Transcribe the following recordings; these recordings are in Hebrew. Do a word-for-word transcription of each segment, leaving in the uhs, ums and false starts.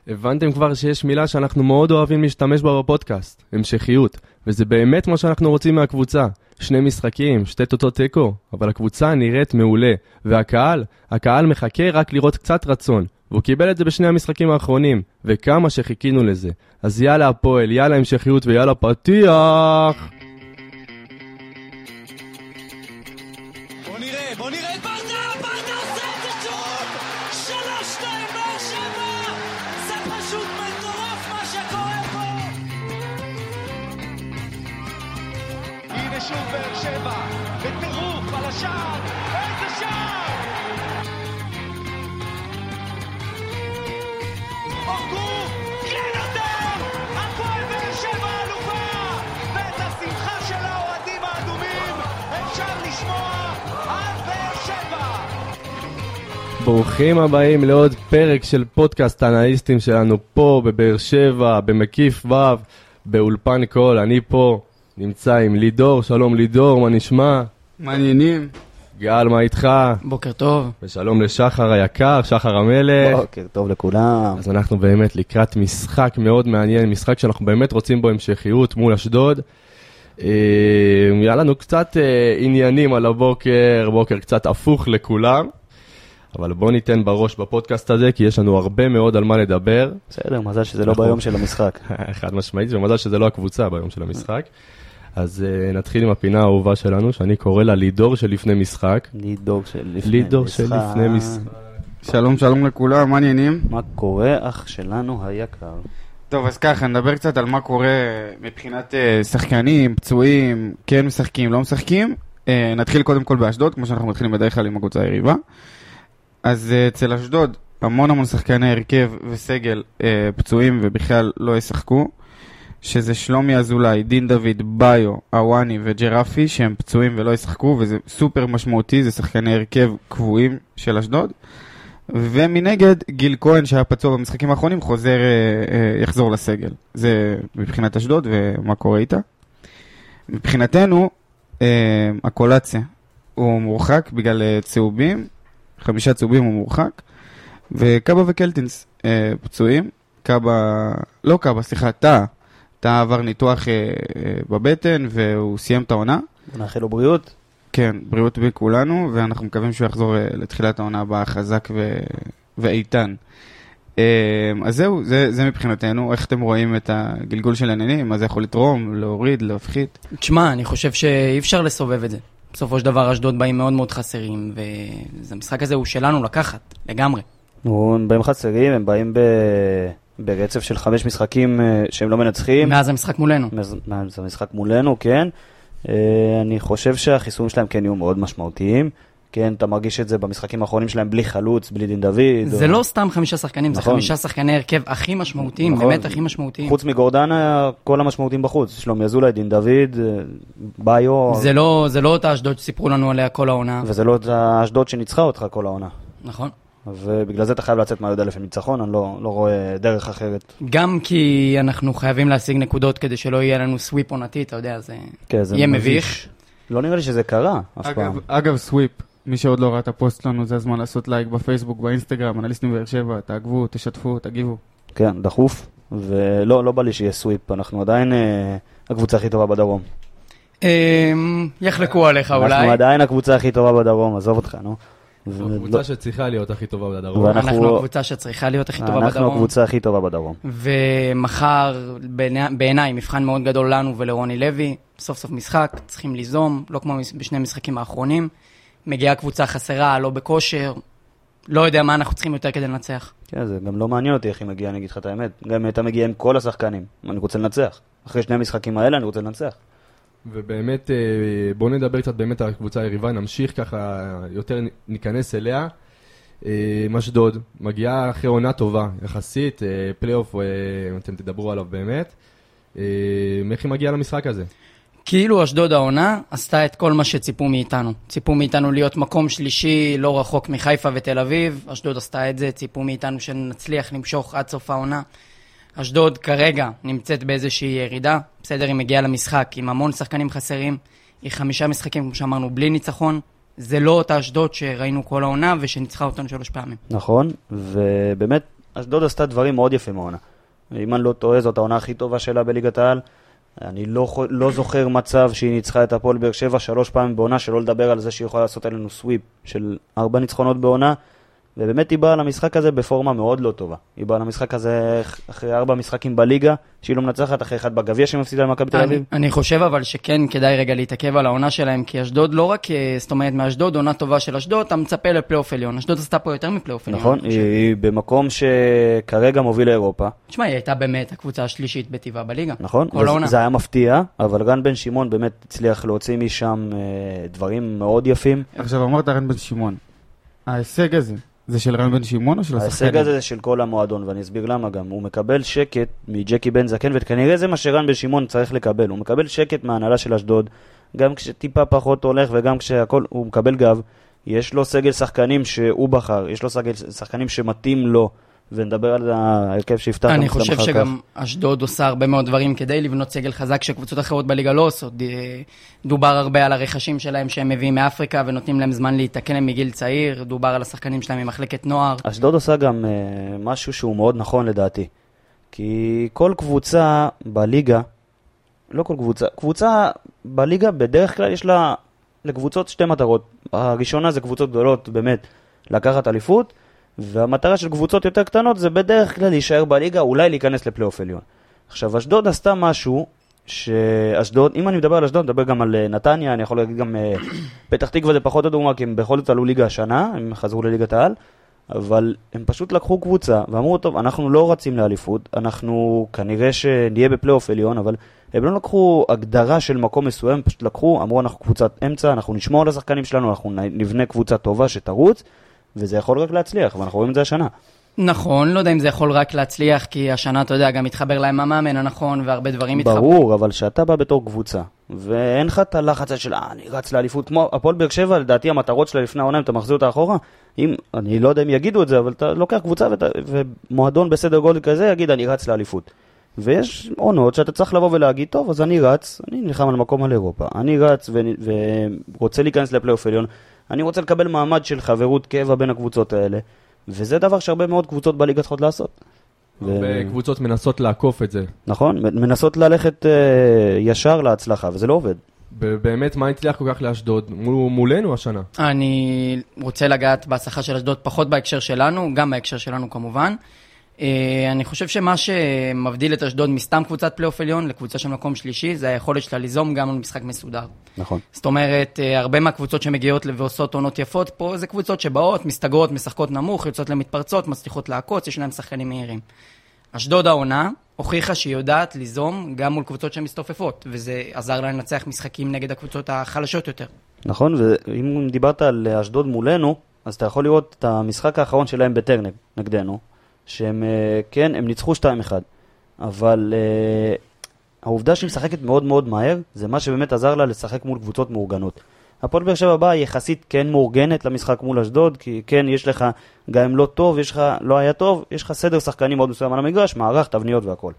הבנתם כבר שיש מילה שאנחנו מאוד אוהבים להשתמש בה בפודקאסט, המשכיות, וזה באמת מה שאנחנו רוצים מהקבוצה. שני משחקים, שתי תוצאות תיקו, אבל הקבוצה נראית מעולה, והקהל, הקהל מחכה רק לראות קצת רצון, והוא קיבל את זה בשני המשחקים האחרונים, וכמה שחיכינו לזה. אז יאללה הפועל, יאללה המשכיות ויאללה פתיח! בוא נראה, בוא נראה את ברדה, ברדה עושה את זה שוב! שלוש שתיים באר שבע! זה פשוט מטורף מה שקורה פה! הנה שוב באר שבע, בטירוף על השער, איזה שער! אורגו, כן יותר! הפועל באר שבע אלופה! ואת השמחה של האוהדים האדומים אפשר לשמוע על באר שבע! ברוכים הבאים לעוד פרק של פודקאסט האנליסטים שלנו פה בבאר שבע, במקיף ו' באולפן קול. אני פה נמצא עם לידור, שלום לידור, מה נשמע? מעניינים. גל, מה איתך? בוקר טוב. ושלום לשחר היקר, שחר המלך. בוקר טוב לכולם. אז אנחנו באמת לקראת משחק מאוד מעניין, משחק שאנחנו באמת רוצים בו המשכיות מול אשדוד. היה לנו קצת עניינים על הבוקר, בוקר קצת הפוך לכולם. אבל בוא ניתן בראש בפודקאסט הזה, כי יש לנו הרבה מאוד על מה לדבר. בסדר, מזל שזה לא ביום של המשחק. חד משמעית, ומזל שזה לא הקבוצה ביום של המשחק. אז uh, נתחיל עם הפינה האהובה שלנו, שאני קורא לה לידור של לפני משחק. לידור של לפני לידור משחק. של לפני משחק. שלום, שלום לכולם, מעניינים. מה קורה, אח שלנו היקר? טוב, אז ככה, נדבר קצת על מה קורה מבחינת uh, שחקנים, פצועים, כן משחקים, לא משחקים. Uh, נתחיל קודם כל באשדוד, כמו שאנחנו מתחילים בדרך כלל עם הקבוצה היריבה. אז uh, אצל אשדוד, המון המון שחקני הרכב וסגל uh, פצועים ובכלל לא ישחקו. שזה שלומי אזולאי, דין דוד, ביו, אוואני וג'רפי, שהם פצועים ולא ישחקו, וזה סופר משמעותי, זה שחקני הרכב קבועים של אשדוד. ומנגד, גיל כהן שהיה פצוע במשחקים האחרונים, חוזר, יחזור לסגל. זה מבחינת אשדוד ומה קורה איתה. מבחינתנו, הקולציה הוא מורחק בגלל צהובים, חמישה צהובים הוא מורחק, וקאבה וקלטינס פצועים, קאבה, לא קאבה, סליחה, תא, אתה עבר ניתוח אה, אה, בבטן והוא סיים את העונה. נאחל לו בריאות. כן, בריאות בכולנו, ואנחנו מקווים שהוא יחזור אה, לתחילת העונה הבאה חזק ו... ואיתן. אה, אז זהו, זה, זה מבחינתנו. איך אתם רואים את הגלגול של העניינים? מה זה יכול לתרום, להוריד, להפחית? תשמע, אני חושב שאי אפשר לסובב את זה. בסופו של דבר אשדוד באים מאוד מאוד חסרים, והמשחק הזה הוא שלנו לקחת, לגמרי. הם באים חסרים, הם באים ב... ברצף של חמש משחקים שהם לא מנצחים. מאז המשחק מולנו. מאז המשחק מולנו, כן. אני חושב שהחיסונים שלהם כן יהיו מאוד משמעותיים. כן, אתה מרגיש את זה במשחקים האחרונים שלהם בלי חלוץ, בלי דין דוד. זה לא סתם חמישה שחקנים, זה חמישה שחקני הרכב הכי משמעותיים, באמת הכי משמעותיים. חוץ מגורדנה, כל המשמעותיים בחוץ. שלומי אזולאי, דין דוד, ביו. זה לא אותה אשדוד שסיפרו לנו עליה כל העונה. וזה לא אותה אשדוד שניצחה אותך כל העונה. נכון. ובגלל זה אתה חייב לצאת מהי"א אלף ניצחון, אני לא, לא רואה דרך אחרת. גם כי אנחנו חייבים להשיג נקודות כדי שלא יהיה לנו סוויפ עונתי, אתה יודע, זה, כן, זה יהיה מביך. לא נראה לי שזה קרה אף אגב, פעם. אגב, סוויפ, מי שעוד לא ראה את הפוסט לנו, זה הזמן לעשות לייק בפייסבוק, באינסטגרם, אנליסטים באר שבע, תעקבו, תשתפו, תגיבו. כן, דחוף, ולא לא בא לי שיהיה סוויפ, אנחנו עדיין אה, הקבוצה הכי טובה בדרום. יחלקו עליך אולי. אנחנו עדיין הקבוצה הכי טובה בדרום, עזוב אותך, נו. הקבוצה שצריכה להיות הכי טובה בדרום. אנחנו הקבוצה שצריכה להיות הכי טובה בדרום. אנחנו הקבוצה הכי טובה בדרום. ומחר, בעיניי, מבחן מאוד גדול לנו ולרוני לוי. סוף סוף משחק, צריכים ליזום, לא כמו בשני המשחקים האחרונים. מגיעה קבוצה חסרה, לא בכושר. לא יודע מה אנחנו צריכים יותר כדי לנצח. כן, זה גם לא מעניין אותי איך היא מגיעה, אני אגיד לך את האמת. גם אתה מגיע עם כל השחקנים. אני רוצה לנצח. אחרי שני המשחקים האלה אני רוצה לנצח. ובאמת, בואו נדבר קצת באמת על הקבוצה היריבה, נמשיך ככה, יותר ניכנס אליה. אשדוד מגיעה אחרי עונה טובה, יחסית, פלייאוף, אתם תדברו עליו באמת. איך היא מגיעה למשחק הזה? כאילו אשדוד העונה עשתה את כל מה שציפו מאיתנו. ציפו מאיתנו להיות מקום שלישי, לא רחוק מחיפה ותל אביב. אשדוד עשתה את זה, ציפו מאיתנו שנצליח למשוך עד סוף העונה. אשדוד כרגע נמצאת באיזושהי ירידה, בסדר, היא מגיעה למשחק עם המון שחקנים חסרים, היא חמישה משחקים, כמו שאמרנו, בלי ניצחון, זה לא אותה אשדוד שראינו כל העונה ושניצחה אותנו שלוש פעמים. נכון, ובאמת אשדוד עשתה דברים מאוד יפים מהעונה. אם אני לא טועה, זאת העונה הכי טובה שלה בליגת העל. אני לא, לא זוכר מצב שהיא ניצחה את הפועל באר שבע שלוש פעמים בעונה, שלא לדבר על זה שהיא יכולה לעשות עלינו סוויפ של ארבע ניצחונות בעונה, ובאמת היא באה למשחק הזה בפורמה מאוד לא טובה. היא באה למשחק הזה אחרי ארבע משחקים בליגה, שהיא לא מנצחת, אחרי אחד בגביע שמפסידה למכבי תל אביב. אני חושב אבל שכן כדאי רגע להתעכב על העונה שלהם, כי אשדוד לא רק, זאת אומרת, מאשדוד, עונה טובה של אשדוד, אתה מצפה לפלייאוף עליון. אשדוד עשתה פה יותר מפלייאוף עליון. נכון, היא במקום שכרגע מוביל לאירופה. תשמע, היא הייתה באמת הקבוצה השלישית בטבעה בליגה. נכון, זה היה מפתיע, אבל רן בן שמעון באמת הצליח להוציא משם דברים מאוד יפים. עכשיו אמרת רן בן שמעון, ההישג הזה זה של רן בן שמעון או של השחקנים? ההישג הזה זה של כל המועדון, ואני אסביר למה גם. הוא מקבל שקט מג'קי בן זקן, וכנראה זה מה שרן בן שמעון צריך לקבל. הוא מקבל שקט מההנהלה של אשדוד, גם כשטיפה פחות הולך וגם כשהכל, הוא מקבל גב. יש לו סגל שחקנים שהוא בחר, יש לו סגל שחקנים שמתאים לו, ונדבר על ההרכב שיפתח. אני חושב שגם אשדוד עושה הרבה מאוד דברים כדי לבנות סגל חזק שקבוצות אחרות בליגה לא עושות. דובר הרבה על הרכשים שלהם שהם מביאים מאפריקה ונותנים להם זמן להתקן מגיל צעיר. דובר על השחקנים שלהם ממחלקת נוער. אשדוד עושה גם uh, משהו שהוא מאוד נכון לדעתי. כי כל קבוצה בליגה, לא כל קבוצה, קבוצה בליגה בדרך כלל יש לה לקבוצות שתי מטרות. הראשונה זה קבוצות גדולות באמת לקחת אליפות, והמטרה של קבוצות יותר קטנות זה בדרך כלל להישאר בליגה, אולי להיכנס לפלייאוף עליון. עכשיו, אשדוד עשתה משהו שאשדוד, אם אני מדבר על אשדוד, מדבר גם על נתניה, אני יכול להגיד גם פתח תקווה זה פחות הדוגמה, כי הם בכל זאת עלו ליגה השנה, הם חזרו לליגת העל, אבל הם פשוט לקחו קבוצה, ואמרו, טוב, אנחנו לא רצים לאליפות, אנחנו כנראה שנהיה בפלייאוף עליון, אבל הם לא לקחו הגדרה של מקום מסוים, פשוט לקחו, אמרו, אנחנו קבוצת אמצע, אנחנו נשמור על השחקנים שלנו, אנחנו נבנה קבוצה טובה שתרוץ, וזה יכול רק להצליח, ואנחנו רואים את זה השנה. נכון, לא יודע אם זה יכול רק להצליח, כי השנה, אתה יודע, גם מתחבר להם המאמן הנכון, והרבה דברים מתחבר. ברור, אבל שאתה בא בתור קבוצה, ואין לך את הלחץ של, אה, אני רץ לאליפות, כמו הפועל באר שבע, לדעתי המטרות שלה לפני העונה, אם אתה מחזיר אותה אחורה, אם, אני לא יודע אם יגידו את זה, אבל אתה לוקח קבוצה, ואתה, ומועדון בסדר גודל כזה, יגיד, אני רץ לאליפות. ויש עונות שאתה צריך לבוא ולהגיד, טוב, אז אני רץ, אני נלחם על מקום על אירופה, אני רץ ו- ורוצה להיכנס לפלייאוף עליון, אני רוצה לקבל מעמד של חברות קבע בין הקבוצות האלה, וזה דבר שהרבה מאוד קבוצות בליגה צריכות לעשות. הרבה קבוצות מנסות לעקוף את זה. נכון, מנסות ללכת uh, ישר להצלחה, וזה לא עובד. באמת, מה הצליח כל כך לאשדוד? מולנו השנה. אני רוצה לגעת בהצלחה של אשדוד פחות בהקשר שלנו, גם בהקשר שלנו כמובן. אני חושב שמה שמבדיל את אשדוד מסתם קבוצת פלייאוף עליון לקבוצה של מקום שלישי, זה היכולת שלה ליזום גם למשחק מסודר. נכון. זאת אומרת, הרבה מהקבוצות שמגיעות ועושות עונות יפות, פה זה קבוצות שבאות, מסתגרות, משחקות נמוך, יוצאות למתפרצות, מצליחות לעקוץ, יש להם שחקנים מהירים. אשדוד העונה הוכיחה שהיא יודעת ליזום גם מול קבוצות שמסתופפות, וזה עזר לה לנצח משחקים נגד הקבוצות החלשות יותר. נכון, ואם דיברת על אשדוד מולנו, אז אתה יכול לראות את המשחק האחרון שלהם בטרנר נגדנו. שהם, כן, הם ניצחו שתיים אחד, אבל uh, העובדה שהיא משחקת מאוד מאוד מהר, זה מה שבאמת עזר לה לשחק מול קבוצות מאורגנות. הפועל באר שבע הבאה יחסית כן מאורגנת למשחק מול אשדוד, כי כן, יש לך, גם אם לא טוב, יש לך, לא היה טוב, יש לך סדר שחקנים מאוד מסוים על המגרש, מערך, תבניות והכל.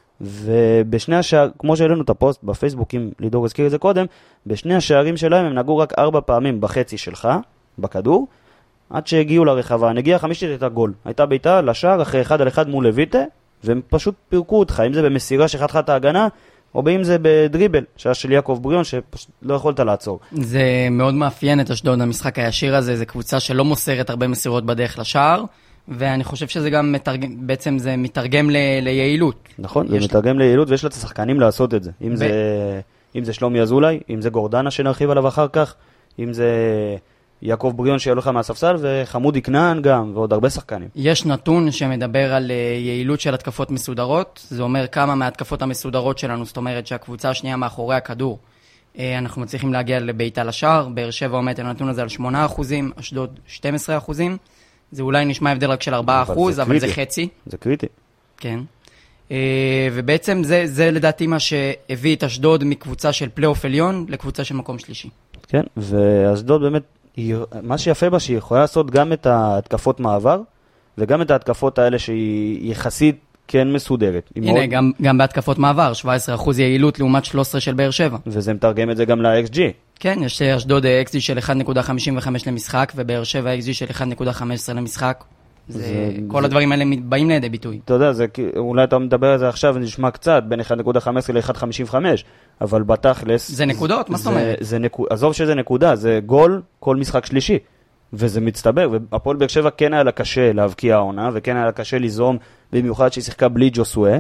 ובשני השער, כמו שהעלינו את הפוסט בפייסבוק, אם לידור הזכיר את זה קודם, בשני השערים שלהם הם נגעו רק ארבע פעמים בחצי שלך, בכדור, עד שהגיעו לרחבה. הנגיעה החמישית הייתה גול. הייתה ביתה לשער אחרי אחד על אחד מול לויטה, והם פשוט פירקו אותך, אם זה במסירה שחתך את ההגנה, או אם זה בדריבל, שהיה של יעקב בריון, שפשוט לא יכולת לעצור. זה מאוד מאפיין את אשדוד, המשחק הישיר הזה, זה קבוצה שלא מוסרת הרבה מסירות בדרך לשער, ואני חושב שזה גם מתרגם, בעצם זה מתרגם ל, ליעילות. נכון, זה מתרגם ליעילות, ויש לה את השחקנים לעשות את זה. אם, ב... זה, אם זה שלומי אזולאי, אם זה גורדנה שנרחיב עליו אחר כך, אם זה יעקב בריון שיהיה לך מהספסל, וחמודי כנען גם, ועוד הרבה שחקנים. יש נתון שמדבר על יעילות של התקפות מסודרות, זה אומר כמה מההתקפות המסודרות שלנו, זאת אומרת שהקבוצה השנייה מאחורי הכדור, אנחנו מצליחים להגיע לביתה לשער, באר שבע עומדת הנתון הזה על שמונה אחוזים, אשדוד שנים עשר אחוזים, זה אולי נשמע הבדל רק של ארבעה אחוז, אבל זה חצי. זה קריטי. כן. ובעצם זה, זה לדעתי מה שהביא את אשדוד מקבוצה של פלייאוף עליון לקבוצה של מקום שלישי. כן, ואשדוד באמת, מה שיפה בה שהיא יכולה לעשות גם את ההתקפות מעבר, וגם את ההתקפות האלה שהיא יחסית כן מסודרת. הנה, מאוד... גם, גם בהתקפות מעבר, שבע עשרה אחוז יעילות לעומת שלוש עשרה של באר שבע. וזה מתרגם את זה גם ל-אקס ג'י. כן, יש אשדוד אקס ג'י של אחת נקודה חמישים וחמש למשחק, ובאר שבע אקס ג'י של אחת נקודה חמש עשרה למשחק. זה, זה- כל זה- הדברים האלה באים לידי ביטוי. אתה יודע, זה, כי- אולי אתה מדבר על זה עכשיו ונשמע קצת, בין אחת נקודה חמש עשרה ל-אחת נקודה חמישים וחמש, אבל בתכלס... זה נקודות? מה זאת זה- אומרת? זה נקוד, עזוב שזה נקודה, זה גול כל משחק שלישי. וזה מצטבר, והפועל באר שבע כן היה לה קשה להבקיע העונה, וכן היה לה קשה ליזום, במיוחד שהיא שיחקה בלי ג'וסואה,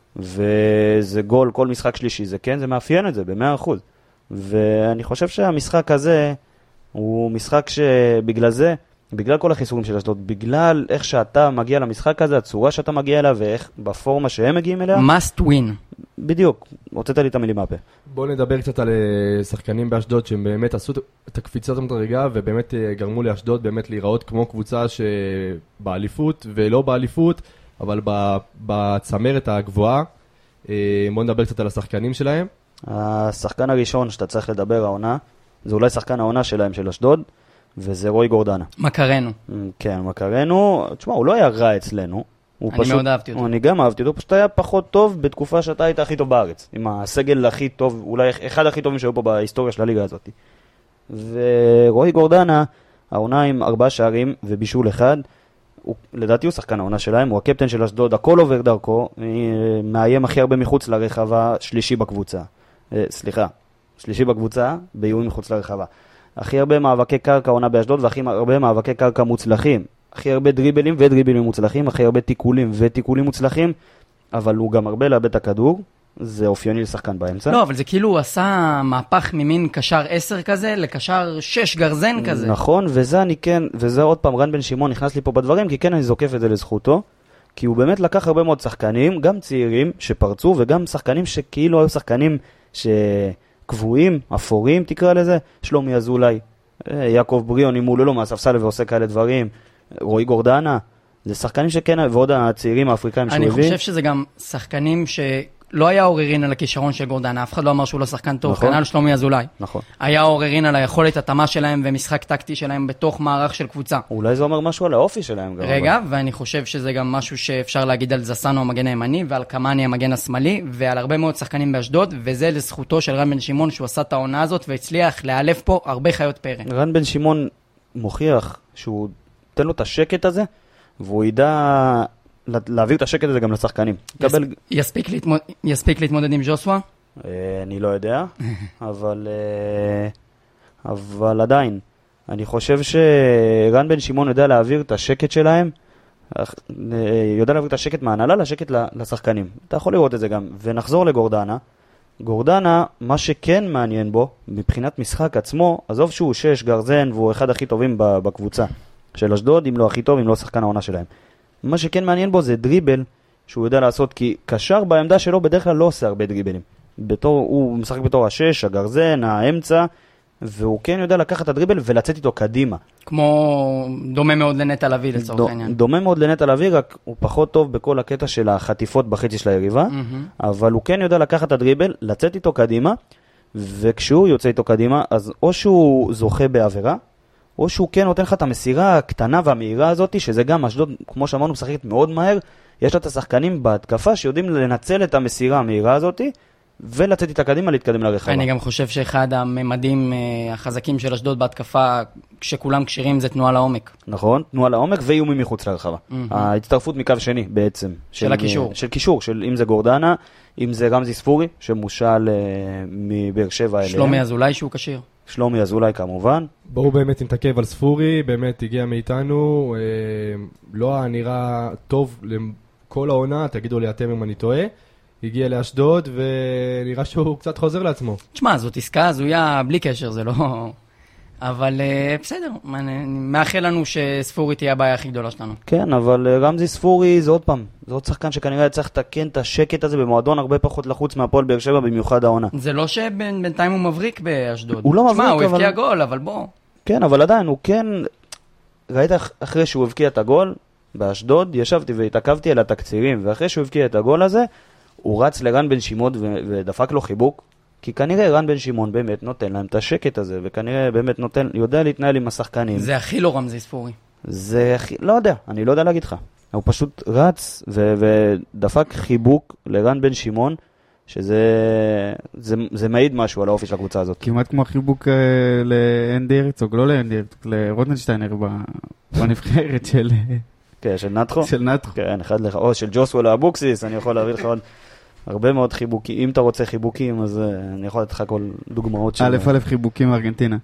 וזה גול כל משחק שלישי, זה כן, זה מאפיין את זה ב-מאה אחוז. ואני חושב שהמשחק הזה הוא משחק שבגלל זה, בגלל כל החיסורים של אשדוד, בגלל איך שאתה מגיע למשחק הזה, הצורה שאתה מגיע אליו, ואיך בפורמה שהם מגיעים אליה, must win. בדיוק, הוצאת לי את המילים מהפה. בואו נדבר קצת על אה, שחקנים באשדוד שהם באמת עשו את הקפיצת המדרגה ובאמת אה, גרמו לאשדוד באמת להיראות כמו קבוצה שבאליפות ולא באליפות, אבל ב- בצמרת הגבוהה. אה, בואו נדבר קצת על השחקנים שלהם. השחקן הראשון שאתה צריך לדבר העונה, זה אולי שחקן העונה שלהם של אשדוד, וזה רוי גורדנה. מכרנו. כן, מכרנו, תשמע, הוא לא היה רע אצלנו. הוא אני מאוד אהבתי אותו. אני גם אהבתי אותו, הוא פשוט היה פחות טוב בתקופה שאתה היית הכי טוב בארץ. עם הסגל הכי טוב, אולי אחד הכי טובים שהיו פה בהיסטוריה של הליגה הזאת. ורוי גורדנה, העונה עם ארבעה שערים ובישול אחד, הוא, לדעתי הוא שחקן העונה שלהם, הוא הקפטן של אשדוד, הכל עובר דרכו, מאיים הכי הרבה מחוץ לרחבה, שלישי בקבוצה. אה, סליחה, שלישי בקבוצה, באיומים מחוץ לרחבה. הכי הרבה מאבקי קרקע עונה באשדוד, והכי הרבה מאבקי קרקע מוצלחים. הכי הרבה דריבלים ודריבלים מוצלחים, הכי הרבה תיקולים ותיקולים מוצלחים, אבל הוא גם הרבה לאבד את הכדור, זה אופייני לשחקן באמצע. לא, אבל זה כאילו הוא עשה מהפך ממין קשר עשר כזה לקשר שש גרזן כזה. נכון, וזה אני כן, וזה עוד פעם, רן בן שמעון נכנס לי פה בדברים, כי כן אני זוקף את זה לזכותו, כי הוא באמת לקח הרבה מאוד שחקנים, גם צעירים שפרצו, וגם שחקנים שכאילו היו שחקנים שקבועים, אפורים תקרא לזה, שלומי אזולאי, יעקב בריאון, אם הוא לא מהספסל ועושה כאלה דברים, רועי גורדנה, זה שחקנים שכן, ועוד הצעירים האפריקאים שהוא אני הביא. חושב שזה גם שחקנים שלא היה עוררין על הכישרון של גורדנה, אף אחד לא אמר שהוא לא שחקן טוב, נכון. כנ"ל שלומי אזולאי. נכון. היה עוררין על היכולת התאמה שלהם ומשחק טקטי שלהם בתוך מערך של קבוצה. אולי זה אומר משהו על האופי שלהם גם. רגע, ואני חושב שזה גם משהו שאפשר להגיד על זסנו המגן הימני ועל קמאני המגן השמאלי ועל הרבה מאוד שחקנים באשדוד, וזה לזכותו של רן בן שמעון שהוא עשה את העונה הזאת והצליח לאלף פה הרבה חיות פרא. רן בן שמעון מוכיח שהוא תן לו את השקט הזה, והוא ידע להעביר את השקט הזה גם לשחקנים. קבל... יספיק להתמוד... יספיק להתמודד עם ג'וסווה? אה, אני לא יודע, אבל, אה, אבל עדיין, אני חושב שרן בן שמעון יודע להעביר את השקט שלהם, אה, יודע להעביר את השקט מהנהלה לשקט לשחקנים. אתה יכול לראות את זה גם. ונחזור לגורדנה. גורדנה, מה שכן מעניין בו, מבחינת משחק עצמו, עזוב שהוא שש גרזן והוא אחד הכי טובים בקבוצה של אשדוד, אם לא הכי טוב, אם לא שחקן העונה שלהם. מה שכן מעניין בו זה דריבל שהוא יודע לעשות, כי קשר בעמדה שלו בדרך כלל לא עושה הרבה דריבלים. בתור, הוא משחק בתור השש, הגרזן, האמצע, והוא כן יודע לקחת את הדריבל ולצאת איתו קדימה. כמו דומה מאוד לנטע לביא לצורך דו, העניין. דומה מאוד לנטע לביא, רק הוא פחות טוב בכל הקטע של החטיפות בחצי של היריבה, Mm-hmm. אבל הוא כן יודע לקחת את הדריבל, לצאת איתו קדימה, וכשהוא יוצא איתו קדימה, אז או שהוא זוכה בעבירה, או שהוא כן נותן לך את המסירה הקטנה והמהירה הזאת, שזה גם אשדוד, כמו שאמרנו, משחקת מאוד מהר, יש לה את השחקנים בהתקפה שיודעים לנצל את המסירה המהירה הזאת, ולצאת איתה קדימה, להתקדם לרחבה. אני גם חושב שאחד הממדים אה, החזקים של אשדוד בהתקפה, כשכולם קשירים, זה תנועה לעומק. נכון, תנועה לעומק ואיומים מחוץ לרחבה. ההצטרפות מקו שני בעצם. של הקישור. של קישור, של אם זה גורדנה, אם זה רמזי ספורי, שמושל מבאר שבע אליהם. שלומי אזולאי שהוא קשיר. שלומי אזולאי כמובן. בואו באמת נתעכב על ספורי, באמת הגיע מאיתנו, אה, לא היה נראה טוב לכל העונה, תגידו לי אתם אם אני טועה. הגיע לאשדוד ונראה שהוא קצת חוזר לעצמו. תשמע, זאת עסקה הזויה בלי קשר, זה לא... אבל uh, בסדר, אני מאחל לנו שספורי תהיה הבעיה הכי גדולה שלנו. כן, אבל uh, רמזי ספורי זה עוד פעם, זה עוד שחקן שכנראה צריך לתקן את השקט הזה במועדון הרבה פחות לחוץ מהפועל באר שבע, במיוחד העונה. זה לא שבינתיים הוא מבריק באשדוד. הוא לא מבריק, תשמע, הוא אבל... הבקיע גול, אבל בוא. כן, אבל עדיין, הוא כן... ראית אחרי שהוא הבקיע את הגול באשדוד, ישבתי והתעכבתי על התקצירים, ואחרי שהוא הבקיע את הגול הזה, הוא רץ לרן בן שמעון ו- ודפק לו חיבוק, כי כנראה רן בן שמעון באמת נותן להם את השקט הזה, וכנראה באמת נותן, יודע להתנהל עם השחקנים. זה הכי לא רמזי ספורי. זה הכי, לא יודע, אני לא יודע להגיד לך. הוא פשוט רץ ו- ודפק חיבוק לרן בן שמעון, שזה זה, זה מעיד משהו על האופי של הקבוצה הזאת. כמעט כמו חיבוק אה, לאנדי הרצוג, לא לאנדי הרצוג, לרוטנשטיינר בנבחרת של... כן, של נתחו. של נתחו. כן, אחד לך, או של ג'וסווה לאבוקסיס, אני יכול להביא לך עוד הרבה מאוד חיבוקים. אם אתה רוצה חיבוקים, אז אני יכול לתת לך כל דוגמאות של... א' א' חיבוקים מארגנטינה.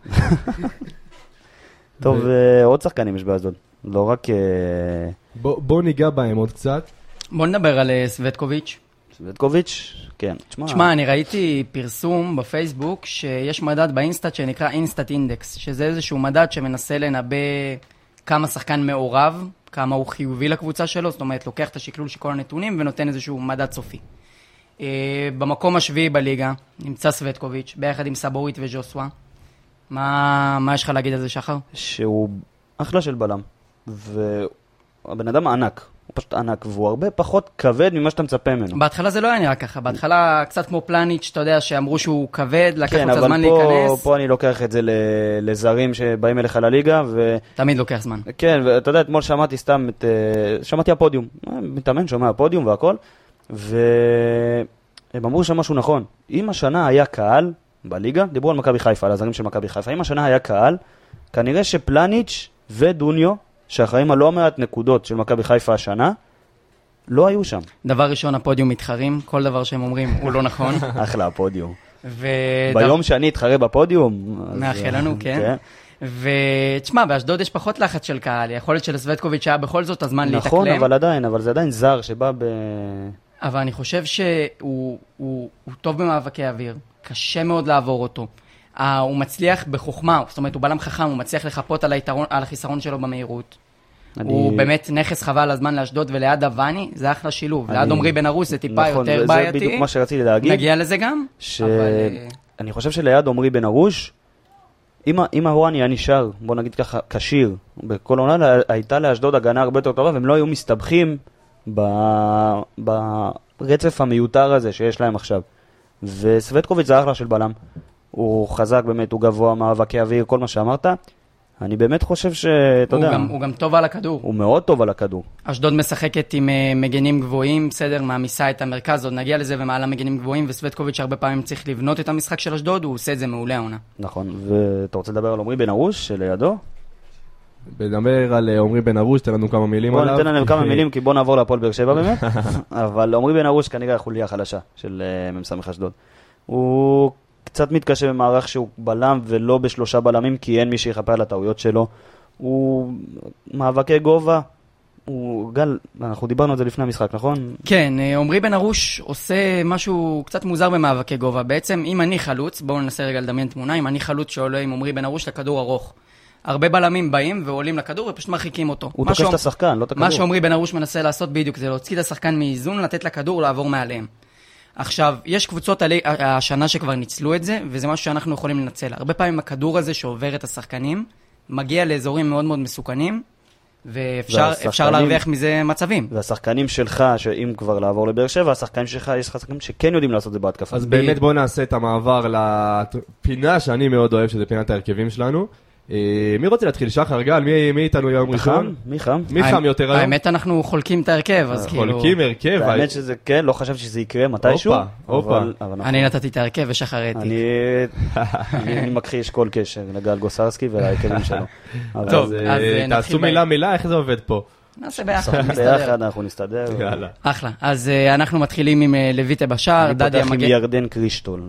טוב, עוד שחקנים יש באשדוד. לא רק... בואו ניגע בהם עוד קצת. בוא נדבר על סווטקוביץ'. סווטקוביץ', כן. תשמע, אני ראיתי פרסום בפייסבוק שיש מדד באינסטאט שנקרא אינסטאט אינדקס, שזה איזשהו מדד שמנסה לנבא כמה שחקן מעורב, כמה הוא חיובי לקבוצה שלו, זאת אומרת, לוקח את השקלול של כל הנתונים ונותן איזשהו מדד סופי. במקום השביעי בליגה נמצא סווטקוביץ', ביחד עם סבורית וג'וסווה. מה, מה יש לך להגיד על זה, שחר? שהוא אחלה של בלם, והבן אדם ענק. הוא פשוט ענק, והוא הרבה פחות כבד ממה שאתה מצפה ממנו. בהתחלה זה לא היה נראה ככה, בהתחלה קצת כמו פלניץ', אתה יודע, שאמרו שהוא כבד, לקח כן, לו את הזמן פה, להיכנס. פה אני לוקח את זה לזרים שבאים אליך לליגה, ו... תמיד לוקח זמן. כן, ואתה יודע, אתמול שמעתי סתם את... שמעתי הפודיום, מתאמן, שומע הפודיום והכל, והם אמרו שם משהו נכון. אם השנה היה קהל בליגה, דיברו על מכבי חיפה, על הזרים של מכבי חיפה, אם השנה היה קהל, כנראה שפלניץ' ודוניו, שאחראים על לא מעט נקודות של מכבי חיפה השנה, לא היו שם. דבר ראשון, הפודיום מתחרים, כל דבר שהם אומרים הוא לא נכון. אחלה הפודיום. ו... ביום שאני אתחרה בפודיום... מאחל לנו, כן. ותשמע, באשדוד יש פחות לחץ של קהל, יכול להיות שלסווטקוביץ' היה בכל זאת הזמן להתאקלם. נכון, אבל עדיין, אבל זה עדיין זר שבא ב... אבל אני חושב שהוא הוא, הוא טוב במאבקי אוויר, קשה מאוד לעבור אותו. Uh, הוא מצליח בחוכמה, זאת אומרת, הוא בלם חכם, הוא מצליח לחפות על, היתרון, על החיסרון שלו במהירות. אני... הוא באמת נכס חבל הזמן לאשדוד וליד אבני, זה אחלה שילוב. אני... ליד עומרי בן ארוש זה טיפה נכון, יותר זה בעייתי. זה בדיוק מה שרציתי להגיד. נגיע לזה גם. ש... אבל... אני חושב שליד עומרי בן ארוש, אם הוואני היה נשאר, בוא נגיד ככה, קשיר, בכל עונה הייתה לאשדוד הגנה הרבה יותר טובה, והם לא היו מסתבכים ב... ברצף המיותר הזה שיש להם עכשיו. וסווטקוביץ' זה אחלה של בלם. הוא חזק באמת, הוא גבוה, מאבקי אוויר, כל מה שאמרת. אני באמת חושב שאתה יודע... גם, הוא גם טוב על הכדור. הוא מאוד טוב על הכדור. אשדוד משחקת עם uh, מגנים גבוהים, בסדר, מעמיסה את המרכז, עוד נגיע לזה ומעלה מגנים גבוהים, וסווטקוביץ' הרבה פעמים צריך לבנות את המשחק של אשדוד, הוא עושה את זה מעולה העונה. נכון, ואתה רוצה לדבר על עומרי בן ארוש שלידו? לדבר על עומרי בן ארוש, תן לנו כמה מילים בוא עליו. בוא ניתן לנו כמה מילים, כי בוא נעבור להפועל באר שבע באמת. אבל עומרי בן ארוש כנראה החוליה החלשה של uh, מ"ס אשדוד. הוא קצת מתקשה במערך שהוא בלם ולא בשלושה בלמים, כי אין מי שיחפה על הטעויות שלו. הוא מאבקי גובה, הוא גל, אנחנו דיברנו על זה לפני המשחק, נכון? כן, עומרי בן ארוש עושה משהו קצת מוזר במאבקי גובה. בעצם, אם אני חלוץ, בואו ננסה רגע לדמיין תמונה, אם אני חלוץ שעולה עם עומרי בן ארוש לכדור ארוך. הרבה בלמים באים ועולים לכדור ופשוט מרחיקים אותו. הוא תוקף את השחקן, לא את הכדור. מה שעומרי בן ארוש מנסה לעשות בדיוק זה להוציא את השחקן מאיזון, לתת לכדור לעבור מעליהם. עכשיו, יש קבוצות עלי, השנה שכבר ניצלו את זה, וזה משהו שאנחנו יכולים לנצל. הרבה פעמים הכדור הזה שעובר את השחקנים, מגיע לאזורים מאוד מאוד מסוכנים, ואפשר אפשר להרוויח מזה מצבים. והשחקנים שלך, שאם כבר לעבור לבאר שבע, השחקנים שלך, יש שחקנים שכן יודעים לעשות זה בהתקפה. אז באמת בוא נעשה את המעבר לפינה שאני מאוד אוהב, שזה פינת ההרכבים שלנו. מי רוצה להתחיל? שחר, גל, מי איתנו יום ראשון? מי חם? מי חם יותר היום? האמת אנחנו חולקים את ההרכב, אז כאילו... חולקים הרכב. האמת שזה כן, לא חשבתי שזה יקרה מתישהו. הופה, אני נתתי את ההרכב ושחר העתיק. אני מכחיש כל קשר לגל גוסרסקי ולהרכבים שלו. טוב, אז תעשו מילה מילה, איך זה עובד פה? נעשה ביחד, ביחד אנחנו נסתדר. אחלה. אז אנחנו מתחילים עם לויטה בשער, דדיה מגן. אני פותח עם ירדן קרישטול.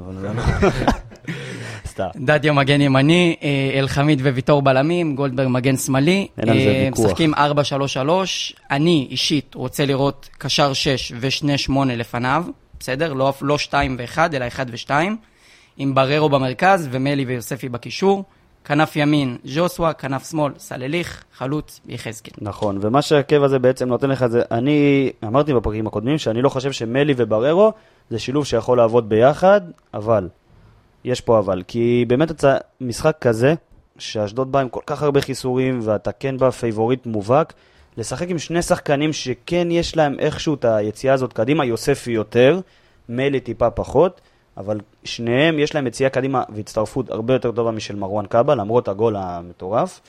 דדיה מגן ימני, אלחמיד וויתור בלמים, גולדברג מגן שמאלי. משחקים ארבע שלוש שלוש. אני אישית רוצה לראות קשר שש ושני שמונה לפניו, בסדר? לא שתיים ואחד, אלא אחד ושתיים. עם בררו במרכז ומלי ויוספי בקישור. כנף ימין, ז'וסווה, כנף שמאל, סלליך, חלוץ, יחזקאל. נכון, ומה שהרכב הזה בעצם נותן לך זה, אני אמרתי בפרקים הקודמים שאני לא חושב שמלי ובררו זה שילוב שיכול לעבוד ביחד, אבל, יש פה אבל, כי באמת אתה משחק כזה, שאשדוד בא עם כל כך הרבה חיסורים, ואתה כן בא פייבוריט מובהק, לשחק עם שני שחקנים שכן יש להם איכשהו את היציאה הזאת קדימה, יוספי יותר, מלי טיפה פחות, אבל שניהם יש להם יציאה קדימה והצטרפות הרבה יותר טובה משל מרואן קאבה, למרות הגול המטורף.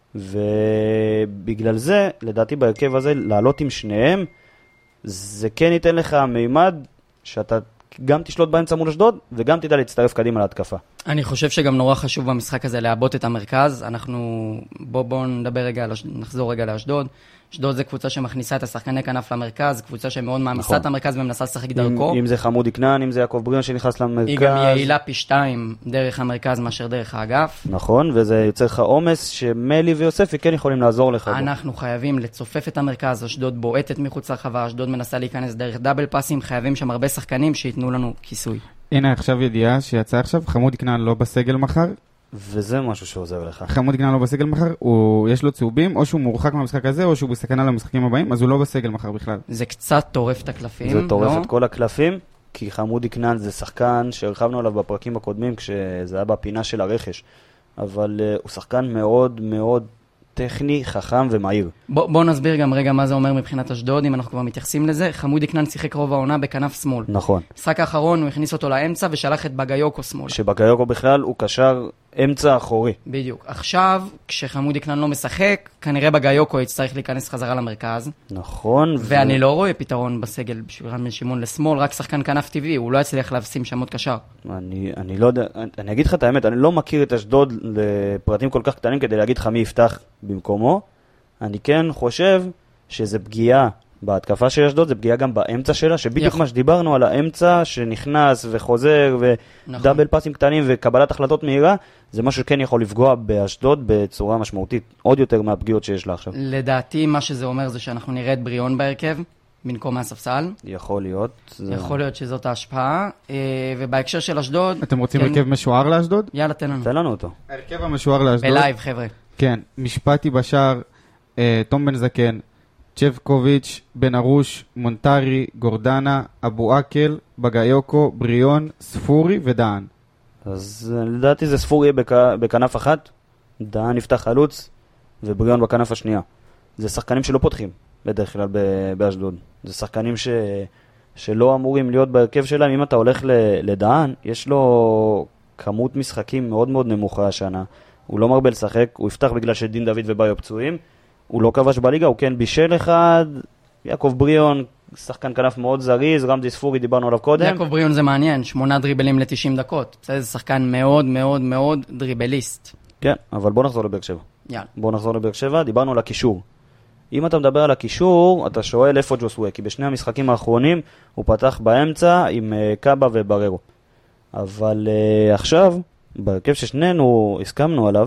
ובגלל זה, לדעתי בהרכב הזה, לעלות עם שניהם, זה כן ייתן לך מימד שאתה גם תשלוט באמצע מול אשדוד, וגם תדע להצטרף קדימה להתקפה. אני חושב שגם נורא חשוב במשחק הזה לעבות את המרכז. אנחנו, בוא, בוא נדבר רגע, נחזור רגע לאשדוד. אשדוד זה קבוצה שמכניסה את השחקני כנף למרכז, קבוצה שמאוד מעמיסה נכון. את המרכז ומנסה לשחק דרכו. אם, אם זה חמודי כנען, אם זה יעקב בריון שנכנס למרכז. היא גם יעילה פי שתיים דרך המרכז מאשר דרך האגף. נכון, וזה יוצר לך עומס שמלי ויוספי כן יכולים לעזור לך. אנחנו חייבים לצופף את המרכז, אשדוד בועטת מחוץ לרחבה, אשדוד מנסה להיכנס דרך דאבל פאסים, חייבים שם הרבה שחקנים שיתנו לנו כיסוי. הנה עכשיו ידיעה שיצא עכשיו, חמודי כנען לא בסגל מחר. וזה משהו שעוזר לך. חמודי כנען לא בסגל מחר, הוא, יש לו צהובים, או שהוא מורחק מהמשחק הזה, או שהוא בסכנה למשחקים הבאים, אז הוא לא בסגל מחר בכלל. זה קצת טורף את הקלפים, זה טורף לא? את כל הקלפים, כי חמודי כנען זה שחקן שהרחבנו עליו בפרקים הקודמים, כשזה היה בפינה של הרכש. אבל uh, הוא שחקן מאוד מאוד טכני, חכם ומהיר. בוא, בוא נסביר גם רגע מה זה אומר מבחינת אשדוד, אם אנחנו כבר מתייחסים לזה. חמודי כנען שיחק רוב העונה בכנף שמאל. נכון. משחק האחרון הוא הכניס אותו לאמצע ושלח את בגיוקו שמאלה. שבגיוקו בכלל הוא קשר אמצע אחורי. בדיוק. עכשיו, כשחמודי כנען לא משחק, כנראה בגיוקו יצטרך להיכנס חזרה למרכז. נכון. ואני ו... לא רואה פתרון בסגל בשביל רן בן שמעון לשמאל, רק שחקן כנף טבעי, הוא לא יצליח להפשים שמות קשר. אני, אני לא יודע, אני, אני אגיד לך את האמת, אני לא מכיר את אשדוד לפרטים כל כך קטנים כדי להגיד לך מי יפתח במקומו. אני כן חושב שזה פגיעה בהתקפה של אשדוד, זה פגיעה גם באמצע שלה, שבדיוק יכול. מה שדיברנו על האמצע שנכנס וחוזר ודאבל נכון. פאסים קטנים וקבלת החלטות מהירה, זה משהו שכן יכול לפגוע באשדוד בצורה משמעותית, עוד יותר מהפגיעות שיש לה עכשיו. לדעתי מה שזה אומר זה שאנחנו נראה את בריאון בהרכב, במקום מהספסל. יכול להיות. זה... יכול להיות שזאת ההשפעה, ובהקשר של אשדוד... אתם רוצים כן... הרכב משוער לאשדוד? יאללה, תן לנו. תן לנו אותו. הרכב המשוער לאשדוד. בלייב, חבר'ה. כן, משפטי בשער, אה, תום בן זקן, צ'בקוביץ', בן ארוש, מונטרי, גורדנה, אבו אקל, בגיוקו, בריאון, ספורי ודען. אז לדעתי זה ספורי יהיה בכ... בכנף אחת, דען יפתח חלוץ ובריאון בכנף השנייה. זה שחקנים שלא פותחים בדרך כלל באשדוד. זה שחקנים ש... שלא אמורים להיות בהרכב שלהם. אם אתה הולך לדען, יש לו כמות משחקים מאוד מאוד נמוכה השנה. הוא לא מרבה לשחק, הוא יפתח בגלל שדין דוד וביו פצועים. הוא לא כבש בליגה, הוא כן בישל אחד. יעקב בריאון, שחקן כנף מאוד זריז, רמזי ספורי, דיברנו עליו קודם. יעקב בריאון זה מעניין, שמונה דריבלים ל-תשעים דקות. זה שחקן מאוד מאוד מאוד דריבליסט. כן, אבל בוא נחזור לבאר שבע. יאללה. בוא נחזור לבאר שבע, דיברנו על הקישור. אם אתה מדבר על הקישור, אתה שואל איפה ג'וסווה, כי בשני המשחקים האחרונים הוא פתח באמצע עם uh, קאבה ובררו. אבל uh, עכשיו, בהרכב ששנינו הסכמנו עליו,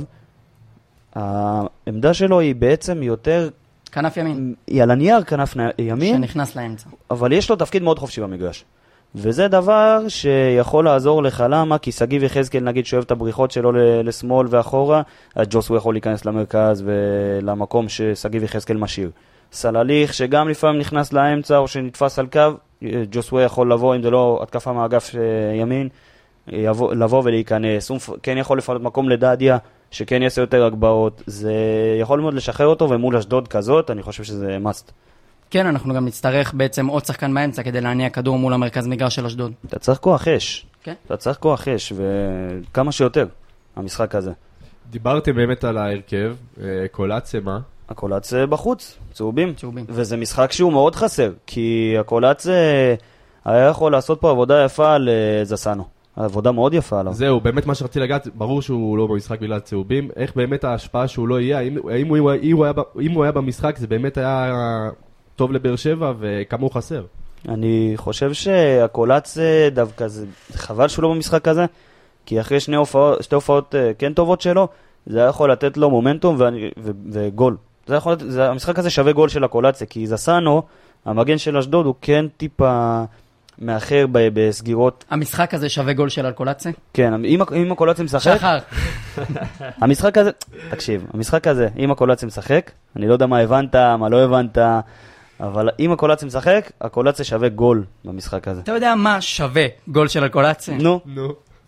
העמדה שלו היא בעצם יותר... כנף ימין. היא על הנייר כנף ימין. שנכנס לאמצע. אבל יש לו תפקיד מאוד חופשי במגרש. וזה דבר שיכול לעזור לך, למה? כי סגיב יחזקאל נגיד שאוהב את הבריחות שלו לשמאל ואחורה, אז ג'וסווה יכול להיכנס למרכז ולמקום שסגיב יחזקאל משאיר. סלליך שגם לפעמים נכנס לאמצע או שנתפס על קו, ג'וסווה יכול לבוא, אם זה לא התקפה מאגף ימין, יבוא, לבוא ולהיכנס. הוא כן יכול לפנות מקום לדדיה, שכן יעשה יותר הגבהות. זה יכול מאוד לשחרר אותו, ומול אשדוד כזאת, אני חושב שזה must. כן, אנחנו גם נצטרך בעצם עוד שחקן באמצע כדי להניע כדור מול המרכז מגרש של אשדוד. אתה צריך כוח אש. כן. אתה צריך כוח אש, וכמה שיותר, המשחק הזה. דיברתם באמת על ההרכב, קולאצה מה? הקולאצה בחוץ, צהובים. צהובים. וזה משחק שהוא מאוד חסר, כי הקולאצה היה יכול לעשות פה עבודה יפה לזסנו. עבודה מאוד יפה עליו. זהו, באמת מה שרציתי לגעת, ברור שהוא לא במשחק בגלל צהובים, איך באמת ההשפעה שהוא לא יהיה, אם, אם, הוא, אם, הוא היה, אם הוא היה במשחק, זה באמת היה טוב לבאר שבע, וכמה הוא חסר. אני חושב שהקולאצה דווקא, זה חבל שהוא לא במשחק הזה, כי אחרי שני הופעות, שתי הופעות כן טובות שלו, זה היה יכול לתת לו מומנטום ו, ו, וגול. זה יכול, זה, המשחק הזה שווה גול של הקולאצה, כי זסנו, המגן של אשדוד, הוא כן טיפה מאחר בסגירות. המשחק הזה שווה גול של הקולאצה? כן, אם, אם הקולאצה משחק... שחר. המשחק הזה, תקשיב, המשחק הזה, אם הקולאצה משחק, אני לא יודע מה הבנת, מה לא הבנת, אבל אם הקולאצה משחק, הקולאצה שווה גול במשחק הזה. אתה יודע מה שווה גול של הקולאצה? נו. נו.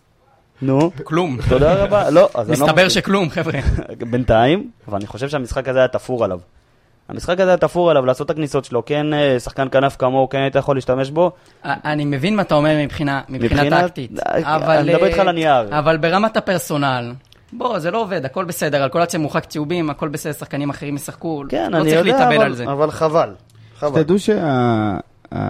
נו. כלום. תודה רבה. לא, אז אני לא... מסתבר שכלום, חבר'ה. בינתיים, אבל אני חושב שהמשחק הזה היה תפור עליו. המשחק הזה היה תפור עליו, לעשות את הכניסות שלו, כן, שחקן כנף כמוהו, כן היית יכול להשתמש בו. אני מבין מה אתה אומר מבחינה, מבחינה טקטית. אני מדבר איתך על הנייר. אבל ברמת הפרסונל, בוא, זה לא עובד, הכל בסדר, על קולאצה מורחק צהובים, הכל בסדר, שחקנים אחרים משחקו, כן, לא אני צריך יודע, להתאבל אבל, על זה. אבל חבל. חבל. שתדעו שה...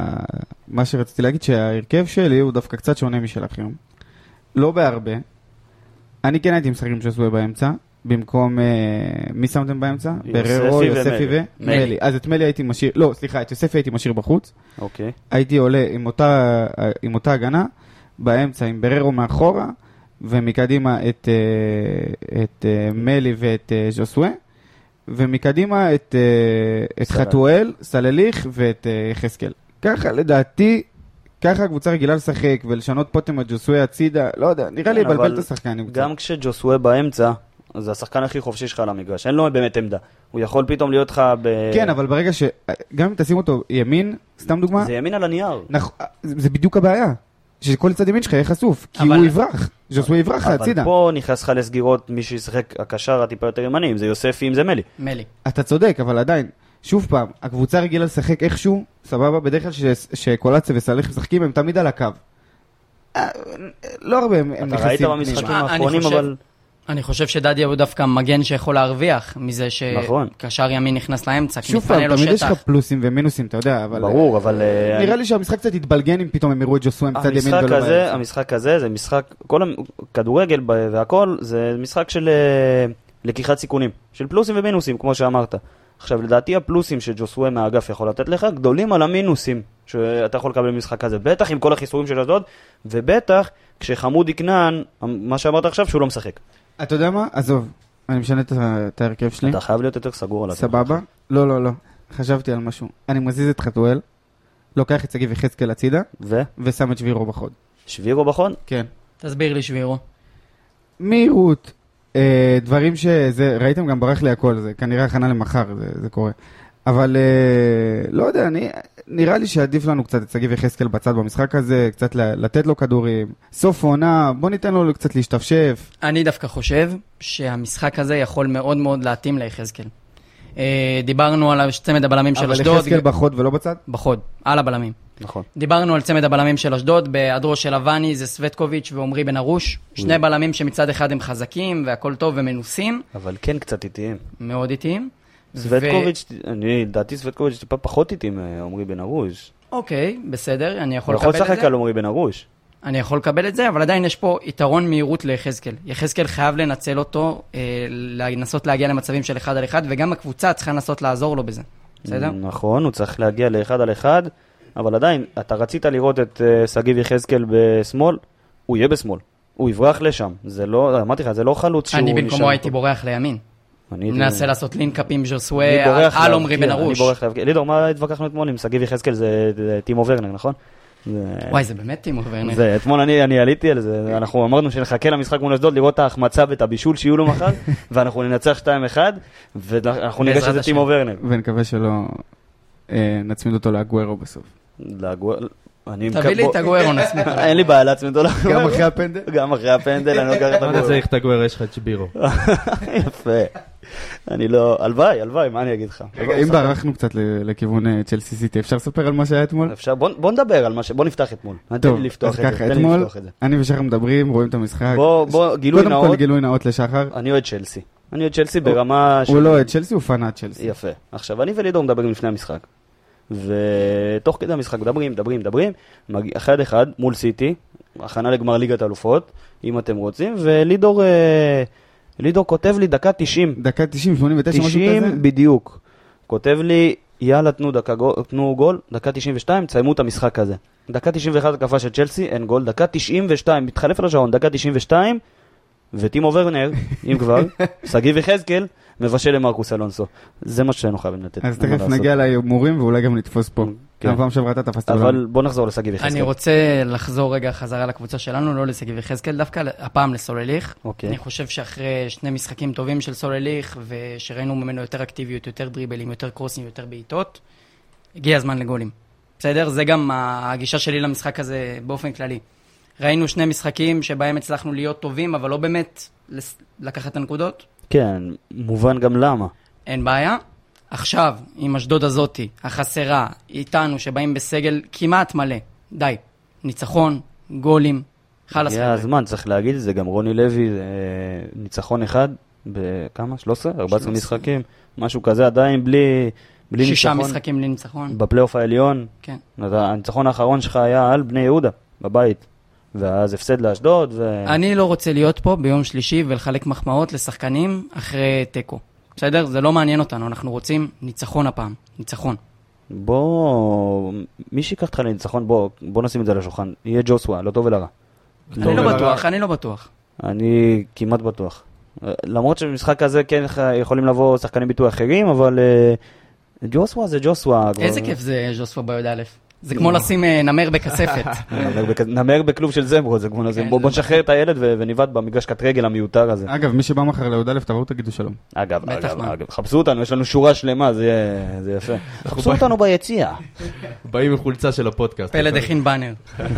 מה שרציתי להגיד, שההרכב שלי הוא דווקא קצת שונה משלכם. לא בהרבה, אני כן הייתי משחק עם ז'וסווה באמצע, במקום, מי שמתם באמצע? בררו, יוספי ומלי. אז את מלי הייתי משאיר, לא, סליחה, את יוספי הייתי משאיר בחוץ. אוקיי. הייתי עולה עם אותה, עם אותה הגנה, באמצע עם בררו מאחורה, ומקדימה את, את מלי ואת ז'וסווה, ומקדימה את, את חתואל, סלליך ואת חסקל. ככה, לדעתי, ככה הקבוצה רגילה לשחק ולשנות פוטם את ג'וסווה הצידה, לא יודע, נראה לי לבלבל את השחקנים. גם כשג'וסווה באמצע, זה השחקן הכי חופשי שלך על המגרש, אין לו באמת עמדה. הוא יכול פתאום להיות לך ב... כן, אבל ברגע ש... גם אם תשים אותו ימין, סתם דוגמה... זה ימין על הנייר. זה בדיוק הבעיה. שכל צד ימין שלך יהיה חשוף, כי הוא יברח. ז'וסווה יברח הצידה. אבל פה נכנס לך לסגירות מי שישחק הקשר הטיפה יותר ימני, אם זה יוספי, אם זה מלי. מלי. אתה צודק, אבל עדיין, שוב פעם, הקבוצה רגילה לשחק איכשהו, סבבה, בדרך כלל שקולציה וסליח משחקים, הם תמיד על הקו. לא הרבה הם נכנסים. אתה ראית במשחקים האחרונים, אבל... אני חושב שדדיה הוא דווקא מגן שיכול להרוויח מזה שקשר ימין נכנס לאמצע, כי מתפנה לו שטח. שוב פעם, תמיד יש לך פלוסים ומינוסים, אתה יודע, אבל... ברור, אבל... נראה לי שהמשחק קצת יתבלגן אם פתאום הם יראו את ג'וסווה מצד ימין ולא באמצע. המשחק הזה זה משחק, כל הכדורגל והכל, זה משחק של לקיחת סיכונים, של פלוסים ומינוסים, כמו שאמרת. עכשיו, לדעתי הפלוסים שג'וסווה מהאגף יכול לתת לך, גדולים על המינוסים שאתה יכול לקבל במשחק הזה. בטח עם כל החיסורים של אשדוד, ובטח כשחמודי כנען, מה שאמרת עכשיו, שהוא לא משחק. אתה יודע מה? עזוב, אני משנה את ההרכב שלי. אתה חייב להיות יותר סגור על זה. סבבה? לא, לא, לא. חשבתי על משהו. אני מזיז את חתואל, לוקח את שגיב יחזקאל הצידה, ו? ושם את שבירו בחוד. שבירו בחוד? כן. תסביר לי שבירו. מהירות, אה, דברים שזה, ראיתם גם ברח לי הכל, זה כנראה הכנה למחר, זה, זה קורה. אבל אה, לא יודע, אני, נראה לי שעדיף לנו קצת את שגיב יחזקאל בצד במשחק הזה, קצת לתת לו כדורים. סוף עונה, בוא ניתן לו קצת להשתפשף. אני דווקא חושב שהמשחק הזה יכול מאוד מאוד להתאים ליחזקאל. דיברנו על צמד הבלמים של אשדוד. אבל יחזקאל בחוד ולא בצד? בחוד, על הבלמים. נכון. דיברנו על צמד הבלמים של אשדוד, בהיעדרו של אבני זה סווטקוביץ' ועומרי בן ארוש. שני בלמים שמצד אחד הם חזקים והכל טוב ומנוסים. אבל כן קצת איטיים. מאוד איטיים. סווטקוביץ', אני דעתי סווטקוביץ' טיפה פחות איטי מעומרי בן ארוש. אוקיי, בסדר, אני יכול לקבל את זה. הוא יכול לשחק על עומרי בן ארוש. אני יכול לקבל את זה, אבל עדיין יש פה יתרון מהירות ליחזקאל. יחזקאל חייב לנצל אותו, אה, לנסות להגיע למצבים של אחד על אחד, וגם הקבוצה צריכה לנסות לעזור לו בזה. בסדר? נכון, הוא צריך להגיע לאחד על אחד, אבל עדיין, אתה רצית לראות את uh, שגיב יחזקאל בשמאל, הוא יהיה בשמאל. הוא יברח לשם. זה לא, אמרתי לך, זה לא חלוץ שהוא אני נשאר. במקומו הייתי בורח לימין. אני ננסה לעשות לינקאפ עם ז'וסווה על עומרי בן ארוש. אני בורח להבקיע. לידור, מה התווכחנו אתמול עם שגיב יחזקאל? זה טימו ורנר, נכון? וואי, זה באמת טימו ורנר. זה, אתמול אני, אני עליתי על זה, אנחנו אמרנו שנחכה למשחק מול אשדוד, לראות את ההחמצה ואת הבישול שיהיו לו מחר, ואנחנו ננצח שתיים אחד, ואנחנו נראה שזה טימו ורנר. ונקווה שלא נצמיד אותו לאגוארו בסוף. לאגוארו... תביא לי את הגוארו נצמיד. אין לי בעיה להצמיד אותו לגוארו. גם אחרי הפנדל? גם אחרי הפנדל, אני לא קראת הגוארו. מה צריך את הגוארו, יש לך את שבירו. יפה. אני לא... הלוואי, הלוואי, מה אני אגיד לך? אם ברחנו קצת לכיוון צ'לסי סיטי, אפשר לספר על מה שהיה אתמול? אפשר, בוא נדבר על מה ש... בוא נפתח אתמול. טוב, אז ככה, אתמול, אני ושחר מדברים, רואים את המשחק. בוא, גילוי נאות. קודם כל גילוי נאות לשחר. אני אוהד צ'לסי. אני אוהד צ'לסי ברמה... הוא לא אוהד צ'לסי, הוא פנאט צ'לסי. יפה. עכשיו, אני ולידור מדברים לפני המשחק. ותוך כדי המשחק מדברים, מדברים, מדברים, אחד אחד מול סיטי, הכנה לגמר ליגת האלופות, אם אתם רוצים, ולידור לידור כותב לי דקה תשעים. דקה תשעים, שמונים ותשע, משהו כזה? תשעים בדיוק. כותב לי, יאללה, תנו, דקה, תנו גול, דקה תשעים ושתיים, תסיימו את המשחק הזה. דקה תשעים ואחת הקפה של צ'לסי, אין גול, דקה תשעים ושתיים, מתחלף על השעון, דקה תשעים ושתיים, וטימו ורנר, אם כבר, שגיב יחזקאל, מבשל למרקוס אלונסו. זה מה שאנו חייבים לתת. אז תכף נגיע להימורים ואולי גם נתפוס פה. כמה פעם שעברת תפסת עולם. אבל בוא נחזור לשגיב יחזקאל. אני רוצה לחזור רגע חזרה לקבוצה שלנו, לא לשגיב יחזקאל, דווקא הפעם לסולליך. אני חושב שאחרי שני משחקים טובים של סולליך, ושראינו ממנו יותר אקטיביות, יותר דריבלים, יותר קרוסים, יותר בעיטות, הגיע הזמן לגולים. בסדר? זה גם הגישה שלי למשחק הזה באופן כללי. ראינו שני משחקים שבהם הצלחנו להיות טובים, אבל לא באמת לקחת את הנקודות. כן, מובן גם למה. אין בעיה. עכשיו, עם אשדוד הזאתי, החסרה, איתנו שבאים בסגל כמעט מלא. די. ניצחון, גולים, חלס חבר'ה. היה הזמן, צריך להגיד את זה, גם רוני לוי, ניצחון אחד, בכמה? שלוש עשרה? ארבע עשרה משחקים, משהו כזה, עדיין בלי, בלי שישה ניצחון. שישה משחקים בלי ניצחון. בפלייאוף העליון. כן. הניצחון האחרון שלך היה על בני יהודה, בבית. ואז הפסד לאשדוד, ו... אני לא רוצה להיות פה ביום שלישי ולחלק מחמאות לשחקנים אחרי טקו. בסדר? זה לא מעניין אותנו, אנחנו רוצים ניצחון הפעם, ניצחון. בוא, מי שיקח אותך לניצחון, בוא, בוא נשים את זה על השולחן. יהיה ג'וסווה, לא טוב ולרע. אני לא בטוח, אני לא בטוח. אני כמעט בטוח. למרות שבמשחק הזה כן יכולים לבוא שחקנים ביטוי אחרים, אבל ג'וסווה זה ג'וסווה. איזה כיף זה ג'וסווה ביוד א'. זה כמו לשים נמר בכספת. נמר בכלוב של זמרו, זה כמו לשים. בוא נשחרר את הילד וניבד במגרש קט רגל המיותר הזה. אגב, מי שבא מחר ליוד א', תבואו תגידו שלום. אגב, אגב, חפשו אותנו, יש לנו שורה שלמה, זה יפה. חפשו אותנו ביציאה. באים עם חולצה של הפודקאסט. פלד הכין באנר.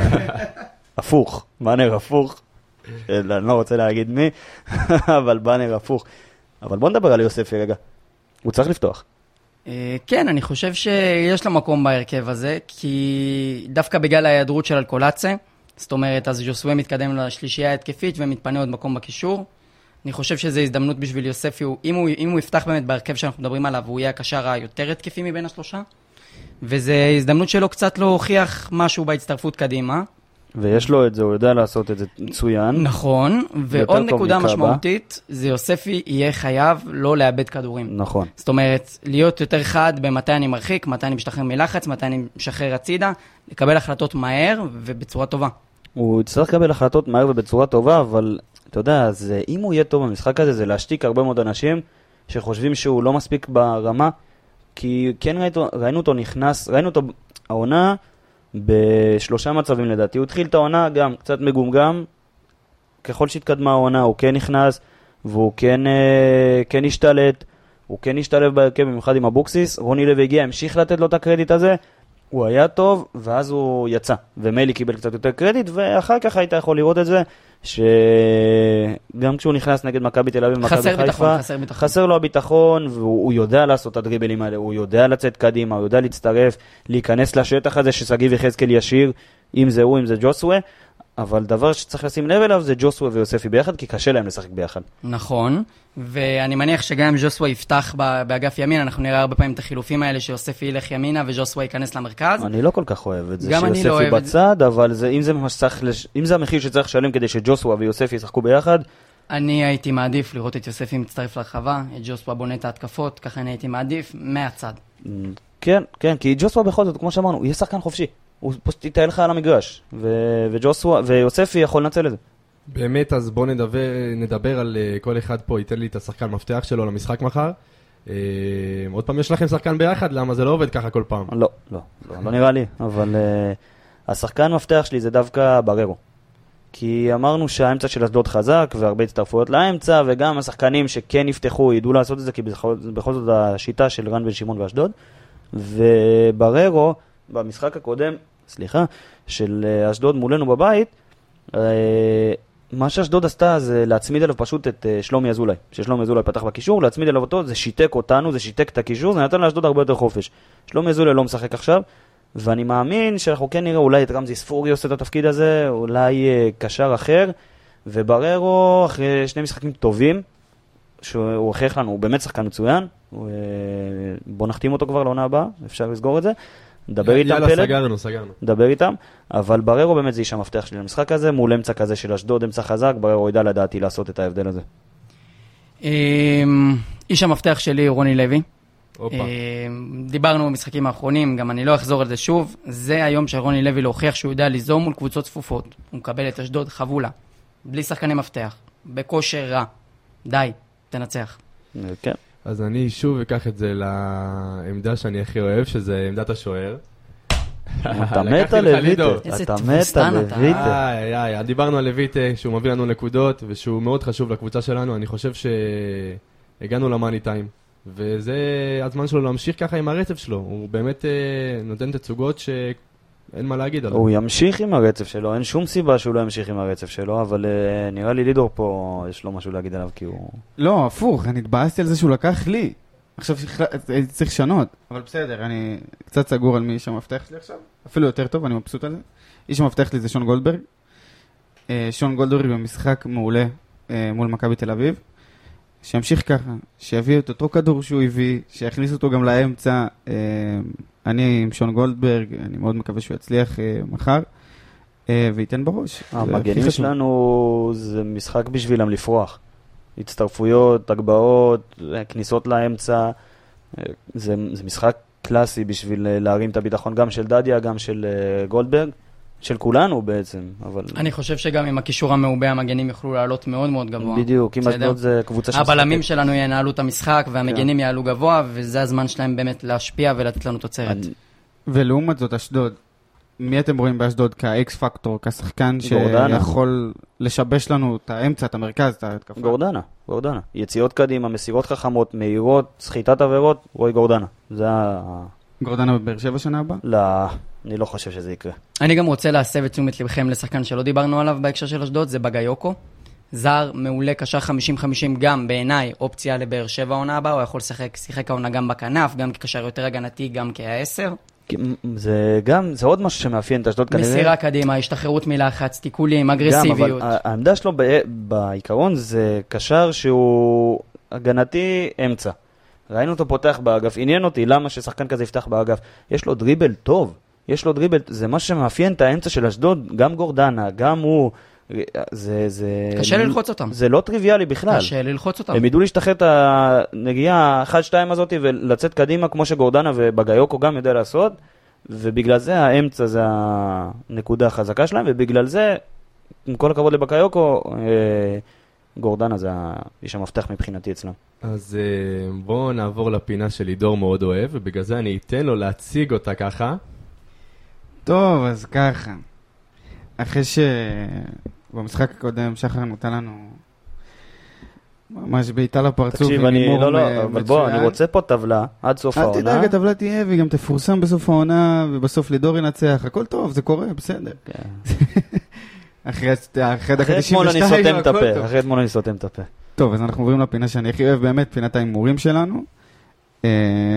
הפוך, באנר הפוך. אני לא רוצה להגיד מי, אבל באנר הפוך. אבל בוא נדבר על יוספי רגע. הוא צריך לפתוח. כן, אני חושב שיש לו מקום בהרכב הזה, כי דווקא בגלל ההיעדרות של אלקולצה, זאת אומרת, אז ג'וסווה מתקדם לשלישייה התקפית ומתפנה עוד מקום בקישור. אני חושב שזו הזדמנות בשביל יוספי, אם הוא, אם הוא יפתח באמת בהרכב שאנחנו מדברים עליו, הוא יהיה הקשר היותר התקפי מבין השלושה, וזו הזדמנות שלו קצת להוכיח משהו בהצטרפות קדימה. ויש לו את זה, הוא יודע לעשות את זה מצוין. נכון, ועוד נקודה משמעותית, זה יוספי יהיה חייב לא לאבד כדורים. נכון. זאת אומרת, להיות יותר חד במתי אני מרחיק, מתי אני משתחרר מלחץ, מתי אני משחרר הצידה, לקבל החלטות מהר ובצורה טובה. הוא יצטרך לקבל החלטות מהר ובצורה טובה, אבל אתה יודע, זה, אם הוא יהיה טוב במשחק הזה, זה להשתיק הרבה מאוד אנשים שחושבים שהוא לא מספיק ברמה, כי כן ראינו, ראינו אותו נכנס, ראינו אותו העונה, בשלושה מצבים לדעתי. הוא התחיל את העונה גם קצת מגומגם, ככל שהתקדמה העונה הוא כן נכנס, והוא כן, כן השתלט, הוא כן השתלב בהרכב במיוחד עם הבוקסיס. רוני לוי הגיע, המשיך לתת לו את הקרדיט הזה, הוא היה טוב, ואז הוא יצא, ומיילי קיבל קצת יותר קרדיט, ואחר כך היית יכול לראות את זה, שגם כשהוא נכנס נגד מכבי תל אביב ומכבי חיפה, ביטחון, חסר ביטחון. חסר לו הביטחון, והוא יודע לעשות את הדריבלים האלה, הוא יודע לצאת קדימה, הוא יודע להצטרף, להיכנס לשטח הזה שסגיב יחזקאל ישיר, אם זה הוא, אם זה ג'וסווה, אבל דבר שצריך לשים לב אליו זה ג'וסווה ויוספי ביחד, כי קשה להם לשחק ביחד. נכון, ואני מניח שגם ג'וסווה יפתח באגף ימין, אנחנו נראה הרבה פעמים את החילופים האלה שיוספי ילך ימינה וג'וסווה ייכנס למרכז. אני לא כל כך אוהב את זה שיוספי בצד, אבל זה, אם, זה לש... אם זה המחיר שצריך לשלם כדי שג'וסווה ויוספי ישחקו ביחד, אני הייתי מעדיף לראות את יוספי מצטרף לרחבה, את ג'וסווה בונה את ההתקפות, ככה אני הייתי מעדיף מהצד. כן, כן, כי ג'וסווה בכל זאת, כמו שאמרנו, הוא יהיה שחקן חופשי. הוא פשוט יתאר לך על המגרש, ו- וג'וסווה, ויוספי יכול לנצל את זה. באמת, אז בואו נדבר, נדבר על uh, כל אחד פה, ייתן לי את השחקן מפתח שלו למשחק מחר. Uh, עוד פעם, יש לכם שחקן ביחד? למה זה לא עובד ככה כל פעם? לא, לא, לא, לא נראה לי, אבל uh, השחקן מפתח שלי זה דווקא בררו. כי אמרנו שהאמצע של אשדוד חזק, והרבה הצטרפויות לאמצע, וגם השחקנים שכן יפתחו, ידעו לעשות את זה, כי בכל, בכל זאת השיטה של רן בן שמעון ואשדוד. ובררו, במשחק הקודם, סליחה, של אשדוד מולנו בבית, מה שאשדוד עשתה זה להצמיד אליו פשוט את שלומי אזולאי. ששלומי אזולאי פתח בקישור, להצמיד אליו אותו, זה שיתק אותנו, זה שיתק את הקישור, זה נתן לאשדוד הרבה יותר חופש. שלומי אזולאי לא משחק עכשיו, ואני מאמין שאנחנו כן נראה אולי את רמזי ספורי עושה את התפקיד הזה, אולי קשר אחר, ובררו אחרי שני משחקים טובים, שהוא הוכיח לנו, הוא באמת שחקן מצוין, בוא נחתים אותו כבר לעונה הבאה, אפשר לסגור את זה. דבר איתם פלד. יאללה, סגרנו, סגרנו. דבר איתם, אבל בררו באמת זה איש המפתח שלי למשחק הזה, מול אמצע כזה של אשדוד, אמצע חזק, בררו ידע לדעתי לעשות את ההבדל הזה. איש המפתח שלי הוא רוני לוי. דיברנו במשחקים האחרונים, גם אני לא אחזור על זה שוב, זה היום של רוני לוי להוכיח שהוא יודע ליזום מול קבוצות צפופות. הוא מקבל את אשדוד חבולה, בלי שחקני מפתח, בכושר רע. די, תנצח. כן. אז אני שוב אקח את זה לעמדה שאני הכי אוהב, שזה עמדת השוער. אתה מת על לויטה. אתה מת על לויטה. איי, איי, דיברנו על לויטה, שהוא מביא לנו נקודות, ושהוא מאוד חשוב לקבוצה שלנו. אני חושב שהגענו למאני טיים, וזה הזמן שלו להמשיך ככה עם הרצף שלו. הוא באמת נותן תצוגות שאין מה להגיד עליו. הוא ימשיך עם הרצף שלו, אין שום סיבה שהוא לא ימשיך עם הרצף שלו, אבל נראה לי לידור פה, יש לו משהו להגיד עליו, כי הוא... לא, הפוך, אני התבאסתי על זה שהוא לקח לי. עכשיו צריך לשנות, אבל בסדר, אני קצת סגור על מי איש המפתח שלי עכשיו, אפילו יותר טוב, אני מבסוט על זה. איש המפתח שלי זה שון גולדברג. שון גולדברג במשחק מעולה מול מכבי תל אביב. שימשיך ככה, שיביא את אותו כדור שהוא הביא, שיכניס אותו גם לאמצע. אני עם שון גולדברג, אני מאוד מקווה שהוא יצליח מחר. אה, וייתן בראש. זה הכי המגנים חשוב. שלנו זה משחק בשבילם לפרוח. הצטרפויות, הגבהות, כניסות לאמצע, זה, זה משחק קלאסי בשביל להרים את הביטחון גם של דדיה, גם של uh, גולדברג, של כולנו בעצם, אבל... אני חושב שגם עם הקישור המעובה המגנים יוכלו לעלות מאוד מאוד גבוה. בדיוק, אם אשדוד זה קבוצה שמשחקת. הבלמים שלנו ינהלו את המשחק והמגנים יעלו גבוה, וזה הזמן שלהם באמת להשפיע ולתת לנו תוצרת. אני- ולעומת זאת, אשדוד, מי אתם רואים באשדוד כאקס פקטור, כשחקן גורדנה. שיכול לשבש לנו את האמצע, את המרכז, את ההתקפה? גורדנה, גורדנה. יציאות קדימה, מסירות חכמות, מהירות, סחיטת עבירות, רועי גורדנה. זה ה... גורדנה בבאר שבע שנה הבאה? לא, אני לא חושב שזה יקרה. אני גם רוצה להסב את תשומת לבכם לשחקן שלא דיברנו עליו בהקשר של אשדוד, זה בגיוקו. זר מעולה, קשר חמישים חמישים, גם בעיניי אופציה לבאר שבע העונה הבאה, הוא יכול לשחק, שיחק העונה גם בכנף, גם כקשר יותר הגנתי, גם כעשר. כי זה גם, זה עוד משהו שמאפיין את אשדוד כנראה. מסירה קדימה, השתחררות מלחץ, תיקולים, גם, אגרסיביות. אבל העמדה שלו ב- בעיקרון זה קשר שהוא הגנתי אמצע. ראינו אותו פותח באגף, עניין אותי למה ששחקן כזה יפתח באגף. יש לו דריבל טוב, יש לו דריבל, זה מה שמאפיין את האמצע של אשדוד, גם גורדנה, גם הוא, זה, זה... קשה ללחוץ אותם. זה לא טריוויאלי בכלל. קשה ללחוץ אותם. הם ידעו להשתחרר את הנגיעה אחת שתיים הזאת ולצאת קדימה כמו שגורדנה ובגיוקו גם יודע לעשות, ובגלל זה האמצע זה הנקודה החזקה שלהם, ובגלל זה, עם כל הכבוד לבגיוקו, גורדנה זה איש המפתח מבחינתי אצלם. אז אה, בואו נעבור לפינה שלידור מאוד אוהב, ובגלל זה אני אתן לו להציג אותה ככה. טוב, אז ככה. אחרי שבמשחק הקודם שחר נותן לנו ממש בעיטה לפרצוף. תקשיב, עם אני, הימור לא, לא, מ- אבל בוא, מצוין. אני רוצה פה טבלה עד סוף אל העונה. תדאג, הטבלה תהיה והיא גם תפורסם בסוף העונה, ובסוף לידור ינצח. הכל טוב, זה קורה, בסדר. כן. אחרי אחרי דקה אחרי תשעים אתמול אני ושתיים, סותם את הכל הפה, טוב. אחרי אתמול אני סותם את הפה. טוב, אז אנחנו עוברים לפינה שאני הכי אוהב באמת, פינת ההימורים שלנו. אה,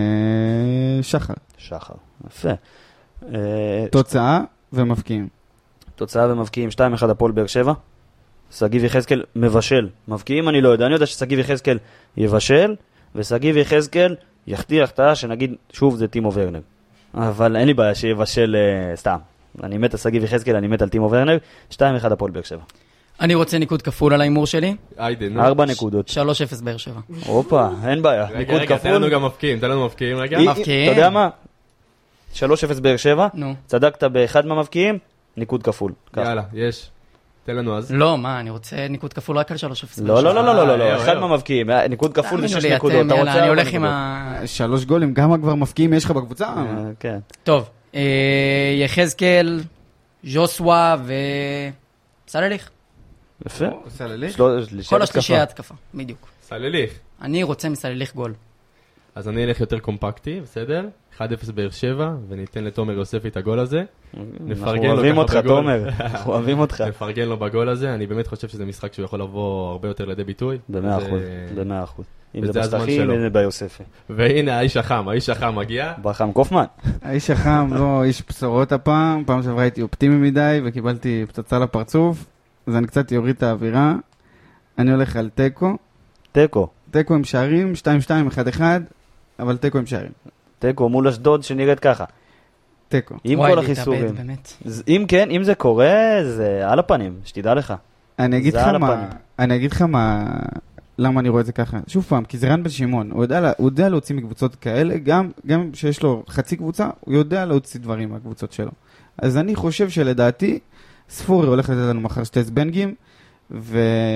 שחר, שחר, יפה. אה, תוצאה ומבקיעים. תוצאה ומבקיעים שתיים אחד הפועל באר שבע. סגיב יחזקאל מבשל. מבקיעים אני לא יודע, אני יודע שסגיב יחזקאל יבשל, וסגיב יחזקאל יחטיא החטאה שנגיד, שוב זה טימו ורנר. אבל אין לי בעיה שיבשל אה, סתם. אני מת על סגיב יחזקאל, אני מת על טימו ורנר. שתיים אחד הפועל באר שבע. אני רוצה ניקוד כפול על ההימור שלי. היידה, נו. ארבע נקודות. שלוש אפס באר שבע. הופה, אין בעיה. רגע, ניקוד רגע, תן לנו כפול. גם מפקיעים, תן לנו מפקיעים רגע. אי- מבקיעים. אתה יודע מה? שלוש אפס באר שבע. נו. צדקת באחד מהמבקיעים, ניקוד כפול. ככה. יאללה, יש. תן לנו אז. לא, מה, אני רוצה ניקוד כפול רק על שלוש אפס. לא, לא, לא, לא, לא, לא, לא, אה, אחד אה. מהמבקיעים, אה, ניקוד כפול תאמינו ושש לי, נקודות. אתם, אתה יאללה, רוצה אני ארבע הולך עם נקודות? ה... שלוש גולים, כמה כבר מבקיעים יש לך בקבוצה? אה, כן. טוב, אה, יחזקאל, ז'וסווה ו... סלליך. יפה. עושה לליך? שלוש- שלישיית כל התקפה. השלישייה התקפה, בדיוק. סלליך. אני רוצה מסלליך גול. אז אני אלך יותר קומפקטי, בסדר? אחד אפס באר שבע, וניתן לתומר יוספי את הגול הזה. אנחנו נפרגן לו אוהבים ככה אותך, בגול. תומר. אנחנו אוהבים אותך. נפרגן לו בגול הזה, אני באמת חושב שזה משחק שהוא יכול לבוא הרבה יותר לידי ביטוי. במאה וזה- אחוז, במאה אחוז. אם זה וזה הזמן בשטחים, שלו. אם זה ביוספי. והנה האיש החם, האיש החם מגיע. ברחם קופמן. האיש החם, לא איש בשורות הפעם, פעם שעברה הייתי אופטימי מדי וקיבלתי פצצה לפרצוף, אז אני קצת יוריד את האווירה. אני הולך על טקו, תיקו. טקו עם שערים, שתיים שתיים, אחד אחד, אבל טקו עם שערים. תיקו מול אשדוד שנראית ככה. טקו. עם וואי, כל להתאבד, החיסורים. באמת. ז- אם כן, אם זה קורה, זה על הפנים, שתדע לך. אני אגיד זה לך על מה, הפנים. אני אגיד לך מה, למה אני רואה את זה ככה. שוב פעם, כי זה רן בן שמעון, הוא יודע, לה- הוא יודע להוציא מקבוצות כאלה, גם, גם שיש לו חצי קבוצה, הוא יודע להוציא דברים מהקבוצות שלו. אז אני חושב שלדעתי, ספורי הולך לתת לנו מחר שתי זבנגים, ו...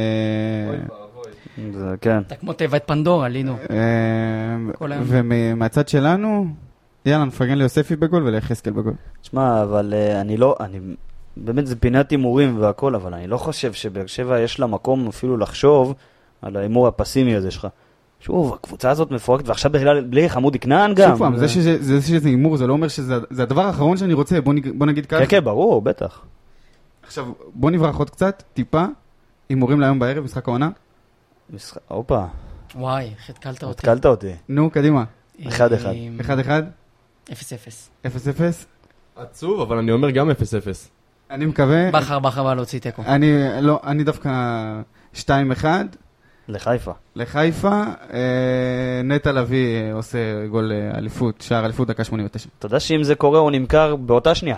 זה, כן. אתה כמו תיבת פנדורה, לינו. אה, כל היום. ומהצד שלנו, יאללה, נפרגן ליוספי בגול וליחזקאל בגול. תשמע, אבל uh, אני לא, אני, באמת זה פינת הימורים והכל, אבל אני לא חושב שבאר שבע יש לה מקום אפילו לחשוב על ההימור הפסימי הזה שלך. שוב, הקבוצה הזאת מפורקת, ועכשיו בכלל בלי חמודי כנען גם. שוב פעם, זה שזה- זה שזה הימור, זה לא אומר שזה זה הדבר האחרון שאני רוצה, בוא נג- בוא נגיד ככה. כן, כן, ברור, בטח. עכשיו, בוא נברח עוד קצת, טיפה, הימורים להיום בערב, משחק העונה. משחק, הופה, וואי, איך התקלת אותי. התקלת אותי. נו, קדימה. אחד, אחד. עם- אחד אחד, אפס אפס. אפס אפס. עצוב, אבל אני אומר גם אפס אפס. אני מקווה, בחר בחר בא להוציא תיקו. אני, לא, אני דווקא שתיים אחד, לחיפה. לחיפה, אה, נטע לביא אה, עושה גול אה, אליפות, שער אליפות דקה שמונים ותשע. אתה יודע שאם זה קורה הוא נמכר באותה שנייה.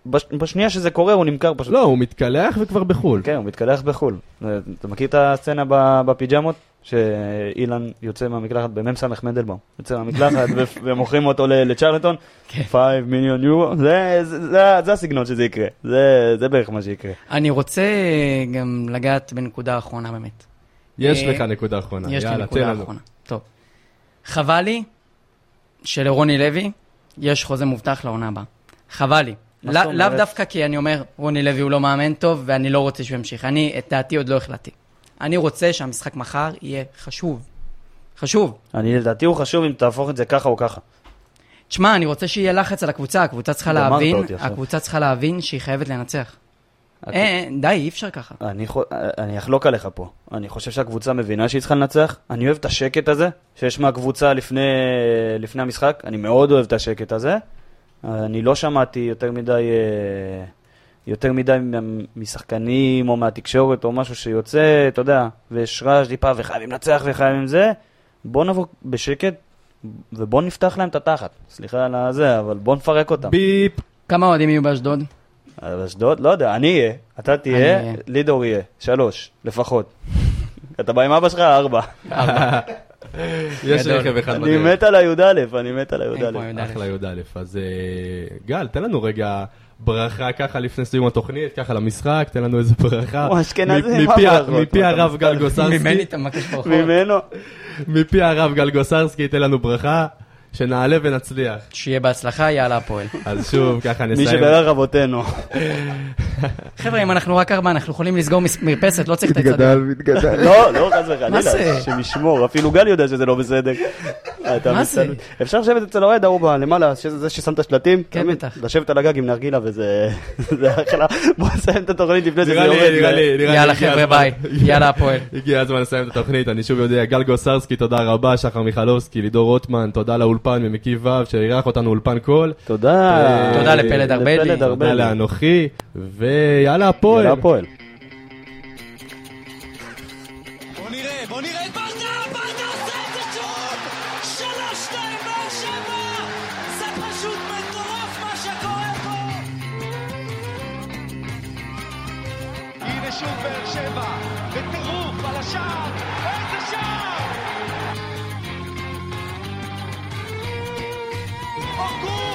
בש- בשנייה שזה קורה הוא נמכר פשוט. לא, הוא מתקלח וכבר בחול. כן, הוא מתקלח בחול. אתה מכיר את הסצנה ב- בפיג'מות? שאילן יוצא מהמקלחת במם סמך מנדלבאום. יוצא מהמקלחת ו- ומוכרים אותו ל- לצ'רלטון, חמישה מיליון יורו. זה, זה, זה, זה הסגנון שזה יקרה. זה, זה בערך מה שיקרה. אני רוצה גם לגעת בנקודה האחרונה באמת. יש אה, לך נקודה אחרונה. יש לי יאללה, נקודה תן לנו. האחרונה. טוב. חבל לי שלרוני לוי יש חוזה מובטח לעונה הבאה. חבל לי. מה לא- זאת לאו אומרת? דווקא כי אני אומר, רוני לוי הוא לא מאמן טוב, ואני לא רוצה שהוא ימשיך. אני, את דעתי עוד לא החלטתי. אני רוצה שהמשחק מחר יהיה חשוב. חשוב. אני לדעתי הוא חשוב אם תהפוך את זה ככה או ככה. תשמע, אני רוצה שיהיה לחץ על הקבוצה. הקבוצה צריכה גמרת להבין, אותי עכשיו. הקבוצה צריכה להבין שהיא חייבת לנצח. הק- אה, די, אי אפשר ככה. אני, חו- אני אחלוק עליך פה. אני חושב שהקבוצה מבינה שהיא צריכה לנצח. אני אוהב את השקט הזה שיש מהקבוצה לפני, לפני המשחק. אני מאוד אוהב את השקט הזה. אני לא שמעתי יותר מדי, אה, יותר מדי משחקנים או מהתקשורת או משהו שיוצא, אתה יודע, ויש רעש טיפה וחייבים לנצח וחייבים זה. בוא נבוא בשקט ובוא נפתח להם את התחת. סליחה על הזה, אבל בוא נפרק אותם. ביפ. כמה אוהדים יהיו באשדוד? אשדוד? לא יודע, אני אהיה, אתה אני תהיה, אהיה. לידור יהיה, שלוש, לפחות. אתה בא עם אבא שלך, ארבע. יש גדול. רכב אחד אני מת על הי"א, אני מת על הי"א. אין כמו י"א. אחלה י"א. אז אה, גל, תן לנו רגע ברכה ככה לפני סיום התוכנית, ככה למשחק, תן לנו איזה ברכה. הוא אשכנזי, מ- מה מפי ה- ברכות? מפי מה, הרב אתה גל מסתכל? גוסרסקי, ממני אתה מבקש ברכות. ממנו. מפי הרב גל גוסרסקי, תן לנו ברכה, שנעלה ונצליח. שיהיה בהצלחה, יאללה הפועל. אז שוב, ככה מי נסיים. שברך אבותינו. חבר'ה, אם אנחנו רק ארבע, אנחנו יכולים לסגור מס- מרפסת, לא צריך את הצדדים. מתגדל. לא, לא, חס מה וחלילה, זה? שמשמור, אפילו גל יודע שזה לא בסדר. אתה מה זה? מסתכל. אפשר לשבת אצל האוהד ההוא למעלה, שזה- זה ששם את השלטים, כן, תמיד, בטח. לשבת על הגג עם נרגילה וזה זה אחלה. בוא נסיים את התוכנית לפני שזה נראה יורד. לי, נראה לי, נראה לי. יאללה הגיע חבר'ה, הזמן. ביי. יאללה הפועל. הגיע הזמן לסיים את התוכנית, אני שוב יודע, גל גוסרסקי, תודה רבה, שחר מיכלובסקי, לידור רוטמן, תודה לאולפן ממקיף ו' שאירח אותנו אולפן קול. תודה. תודה לפלד ארבלי. לפלד תודה ארבלי. לאנוכי, ויאללה הפועל. יאללה הפועל. בוא נראה, בוא נראה את ברדה, ברדה עושה את זה שוב! שלוש שתיים באר שבע! זה פשוט מטורף מה שקורה פה! הנה שוב באר שבע, בטירוף על השער, איזה שער! אורגון!